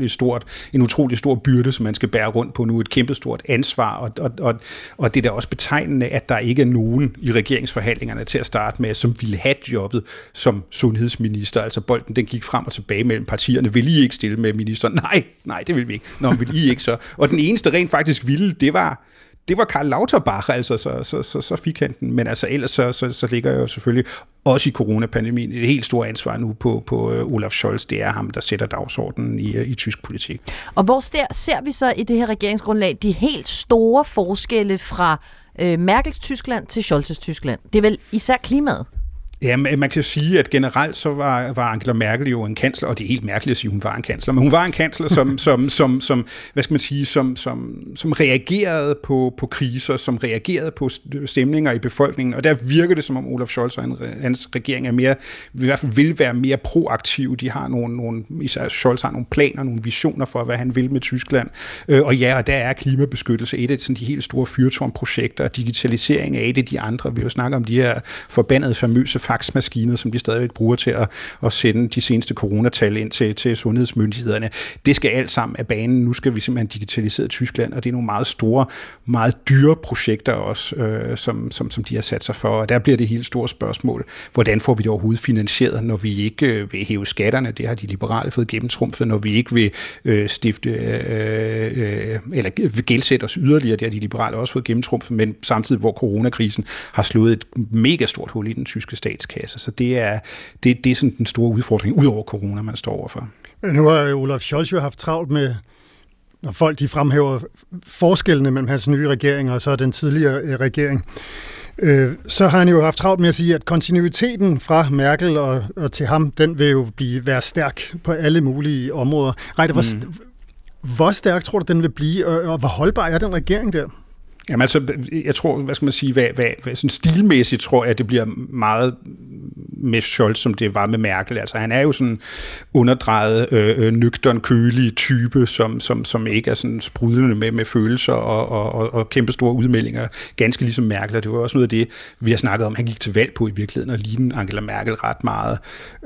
Speaker 4: en utrolig stor byrde, som man skal bære rundt på nu, et kæmpestort ansvar, og det er da også betegnende, at der ikke er nogen i regeringsforhandlingerne til at starte med, som ville have jobbet som sundhedsminister. Altså bolden, den gik frem og tilbage mellem partierne. Vil I ikke stille med ministeren? Nej, det vil vi ikke. Nå, vil I ikke så? Og den eneste rent faktisk ville, det var Karl Lauterbach, altså så fik han den. Men altså ellers så ligger jo selvfølgelig også i coronapandemien et helt stort ansvar nu på Olaf Scholz. Det er ham, der sætter dagsordenen i tysk politik.
Speaker 2: Og hvor ser vi så i det her regeringsgrundlag de helt store forskelle fra Merkels Tyskland til Scholz's Tyskland? Det er vel især klimaet?
Speaker 4: Ja, man kan sige, at generelt så var Angela Merkel jo en kansler, og det er helt mærkeligt at sige, at hun var en kansler, men hun var en kansler, som hvad skal man sige, som reagerede på kriser, som reagerede på stemninger i befolkningen, og der virker det som om Olaf Scholz og hans regering er mere, i hvert fald vil være mere proaktiv. De har især Scholz har nogle planer, nogle visioner for, hvad han vil med Tyskland, og der er klimabeskyttelse et af sådan de helt store fyrtårnprojekter, digitalisering er et af de andre. Vi har jo snakket om de her forbandede famøse faxmaskiner, som de stadigvæk bruger til at sende de seneste coronatal ind til sundhedsmyndighederne. Det skal alt sammen af banen. Nu skal vi simpelthen digitalisere Tyskland, og det er nogle meget store, meget dyre projekter også, som de har sat sig for. Og der bliver det helt store spørgsmål, hvordan får vi det overhovedet finansieret, når vi ikke vil hæve skatterne? Det har de liberale fået gennemtrumfet, når vi ikke vil stifte eller vil gældsætte os yderligere. Det har de liberale også fået gennemtrumfet, men samtidig hvor coronakrisen har slået et mega stort hul i den tyske statskasse. Så det er sådan den store udfordring, ud over corona, man står overfor.
Speaker 3: Nu har Olaf Scholz jo haft travlt med, når folk de fremhæver forskellene mellem hans nye regering og så den tidligere regering, så har han jo haft travlt med at sige, at kontinuiteten fra Merkel og til ham, den vil jo være stærk på alle mulige områder. Reiter, hvor stærk tror du, den vil blive, og hvor holdbar er den regering der?
Speaker 4: Jamen altså, jeg tror, hvad skal man sige, hvad sådan stilmæssigt tror jeg, det bliver meget med Scholz, som det var med Merkel. Altså han er jo sådan underdrejet, nøgtern, kølig type, som ikke er sådan sprudlende med følelser og kæmpe store udmeldinger, ganske ligesom Merkel. Og det var også noget af det, vi har snakket om, han gik til valg på i virkeligheden, og lignede Angela Merkel ret meget.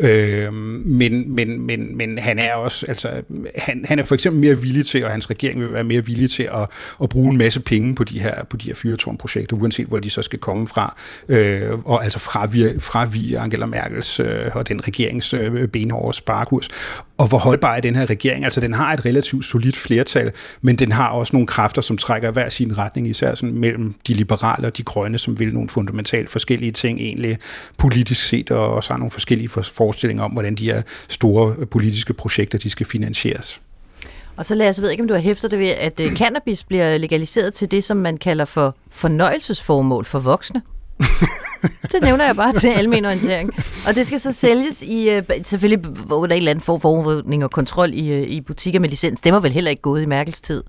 Speaker 4: Men han er også, altså han er for eksempel mere villig til, og hans regering vil være mere villig til at bruge en masse penge på de her fyrtårnprojekter, uanset hvor de så skal komme fra, og altså fravige Angela Merkels og den regerings benhårde sparekurs. Og hvor holdbar er den her regering? Altså, den har et relativt solidt flertal, men den har også nogle kræfter, som trækker hver sin retning, især sådan mellem de liberale og de grønne, som vil nogle fundamentalt forskellige ting egentlig politisk set, og også har nogle forskellige forestillinger om, hvordan de her store politiske projekter, de skal finansieres.
Speaker 2: Og så jeg ved ikke, om du har hæftet det ved, at cannabis bliver legaliseret til det, som man kalder for fornøjelsesformål for voksne. Det nævner jeg bare til almen orientering. Og det skal så sælges i, selvfølgelig, hvor der er en eller anden forordning og kontrol i butikker med licens. Det var vel heller ikke gået i Merkels tid.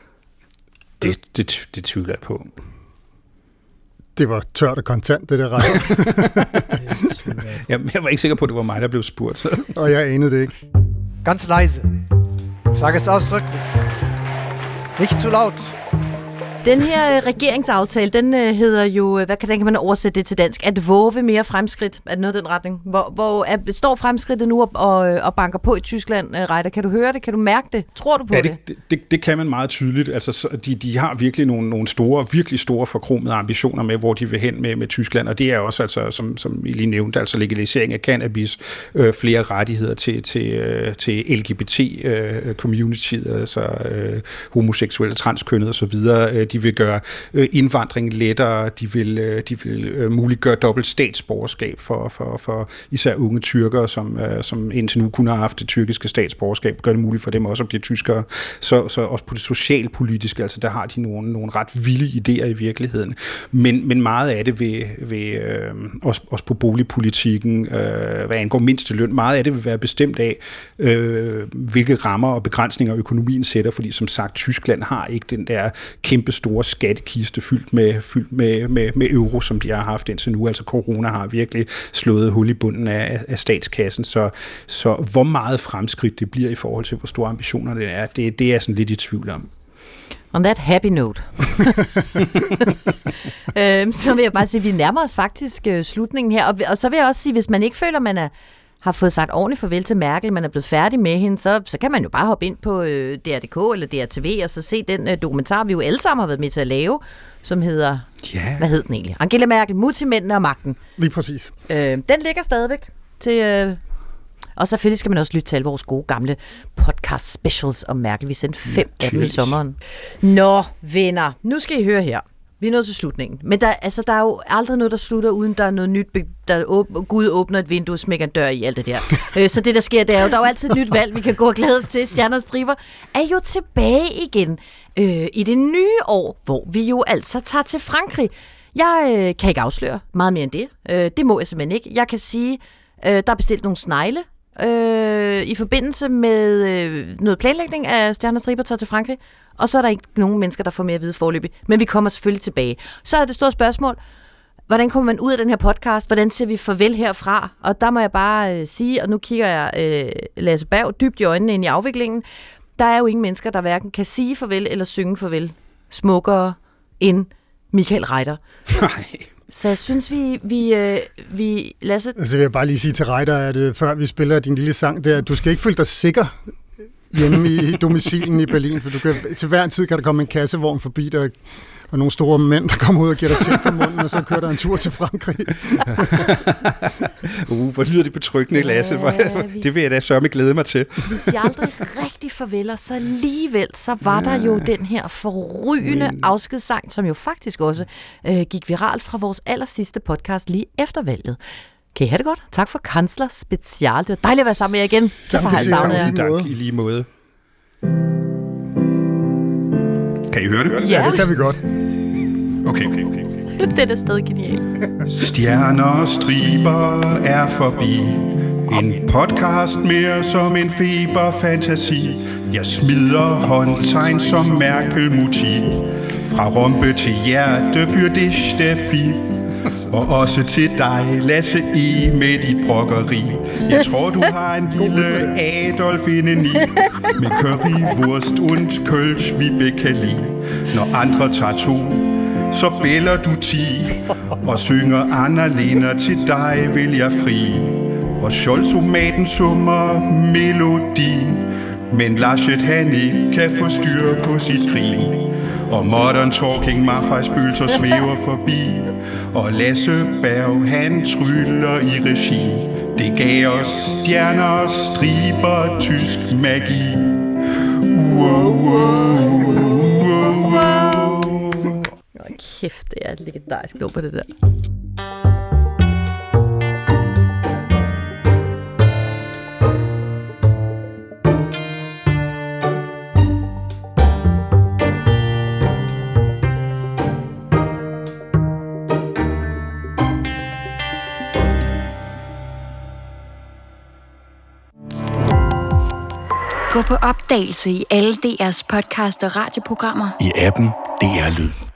Speaker 4: Det tvivler jeg på.
Speaker 3: Det var tørt og kontant, det der ret.
Speaker 4: Jeg var ikke sikker på, at det var mig, der blev spurgt.
Speaker 3: Og jeg anede det ikke.
Speaker 9: Ganz leise. Ich sage es ausdrücklich. Nicht zu laut.
Speaker 2: Den her regeringsaftale, den hedder jo, hvad kan man oversætte det til dansk? At vove mere fremskridt. Er det noget af den retning? Hvor står fremskridtet nu og banker på i Tyskland, Reiter? Kan du høre det? Kan du mærke det? Tror du på det?
Speaker 4: Det kan man meget tydeligt. Altså, de har virkelig nogle store, virkelig store forkromede ambitioner med, hvor de vil hen med Tyskland, og det er også, altså, som I lige nævnte, altså legalisering af cannabis, flere rettigheder til LGBT-communityet, altså homoseksuelle, transkønnede osv. De vil gøre indvandring lettere, de vil muliggøre dobbelt statsborgerskab for især unge tyrkere, som indtil nu kun har haft det tyrkiske statsborgerskab, gør det muligt for dem også at blive tyskere. Så også på det socialpolitiske, altså der har de nogle ret vilde idéer i virkeligheden. Men meget af det vil også på boligpolitikken, hvad angår mindsteløn, meget af det vil være bestemt af, hvilke rammer og begrænsninger økonomien sætter, fordi som sagt, Tyskland har ikke den der kæmpe store skattekiste fyldt med euro, som de har haft indtil nu. Altså corona har virkelig slået hul i bunden af statskassen, så hvor meget fremskridt det bliver i forhold til, hvor store ambitioner det er, det er sådan lidt i tvivl om.
Speaker 2: On that happy note. Så vil jeg bare sige, at vi nærmer os faktisk slutningen her, og så vil jeg også sige, hvis man ikke føler, man har fået sagt ordentligt farvel til Merkel, man er blevet færdig med hende, så kan man jo bare hoppe ind på DR.dk eller DRTV og så se den dokumentar, vi jo alle sammen har været med til at lave, som hedder, hvad hed den egentlig? Angela Merkel, Multimændene og magten.
Speaker 3: Lige præcis.
Speaker 2: Den ligger stadigvæk til... Og selvfølgelig skal man også lytte til alle vores gode gamle podcast specials om Merkel. Vi sendte 5 af dem i sommeren. Nå, venner, nu skal I høre her. Vi er nået til slutningen. Men der er jo aldrig noget, der slutter, uden der er noget nyt. Gud åbner et vindue og smækker en dør i alt det der. Så det, der sker, det er jo, der er jo altid et nyt valg, vi kan gå og glæde os til. Stjerner og striber er jo tilbage igen i det nye år, hvor vi jo altså tager til Frankrig. Jeg kan ikke afsløre meget mere end det. Det må jeg simpelthen ikke. Jeg kan sige, der er bestilt nogle snegle i forbindelse med noget planlægning af Stjerner og striber tager til Frankrig. Og så er der ikke nogen mennesker, der får mere at vide forløbig. Men vi kommer selvfølgelig tilbage. Så er det store spørgsmål, hvordan kommer man ud af den her podcast? Hvordan siger vi farvel herfra? Og der må jeg bare sige, og nu kigger jeg Lasse Berg dybt i øjnene ind i afviklingen. Der er jo ingen mennesker, der hverken kan sige farvel eller synge farvel smukkere end Michael Reiter.
Speaker 4: Nej.
Speaker 2: Så jeg synes, vi Lasse...
Speaker 3: Altså vil jeg bare lige sige til Reiter, at før vi spiller din lille sang der, du skal ikke føle dig sikker hjemme i domicilen i Berlin, for du kan, til hver en tid kan der komme en kassevogn forbi dig, og nogle store mænd, der kommer ud og giver dig ting fra munden, og så kører der en tur til Frankrig.
Speaker 4: Hvor lyder det betryggende, Lasse. Det vil jeg da sørme glæde mig til.
Speaker 2: Vi siger aldrig rigtig farvel, og så alligevel, så var der jo den her forrygende afskedssang, som jo faktisk også gik viralt fra vores allersidste podcast lige efter valget. Kan I have det godt? Tak for Kanzler Special. Det var dejligt at være sammen med jer igen.
Speaker 4: Tak i lige måde. Kan I høre det?
Speaker 3: Ja, det kan vi godt.
Speaker 4: Okay.
Speaker 2: Den er stadig genial.
Speaker 12: Stjerner og striber er forbi. En podcast mere som en feberfantasi. Jeg smider håndtegn som Merkel-motiv. Fra rumpe til hjerte fyr dich der fif. Og også til dig, Lasse I, med dit brokkeri. Jeg tror, du har en lille Adolf indeni. Med currywurst und Kölsch, vi begge kan lide. Når andre tager 2, så bæller du 10. Og synger Anna-Lena, til dig vil jeg fri. Og Scholzomaten summer melodien. Men Laschet han ikke kan få styr på sit grin. Og Modern Talking Maffei-spøgelser svæver forbi. Og Lasse Berg han tryller i regi. Det gav os stjerner og striber tysk magi.
Speaker 2: Kæft, det er et legendarisk nummer, det der.
Speaker 13: Gå på opdagelse i alle DR's podcast og radioprogrammer.
Speaker 7: I appen DR Lyd.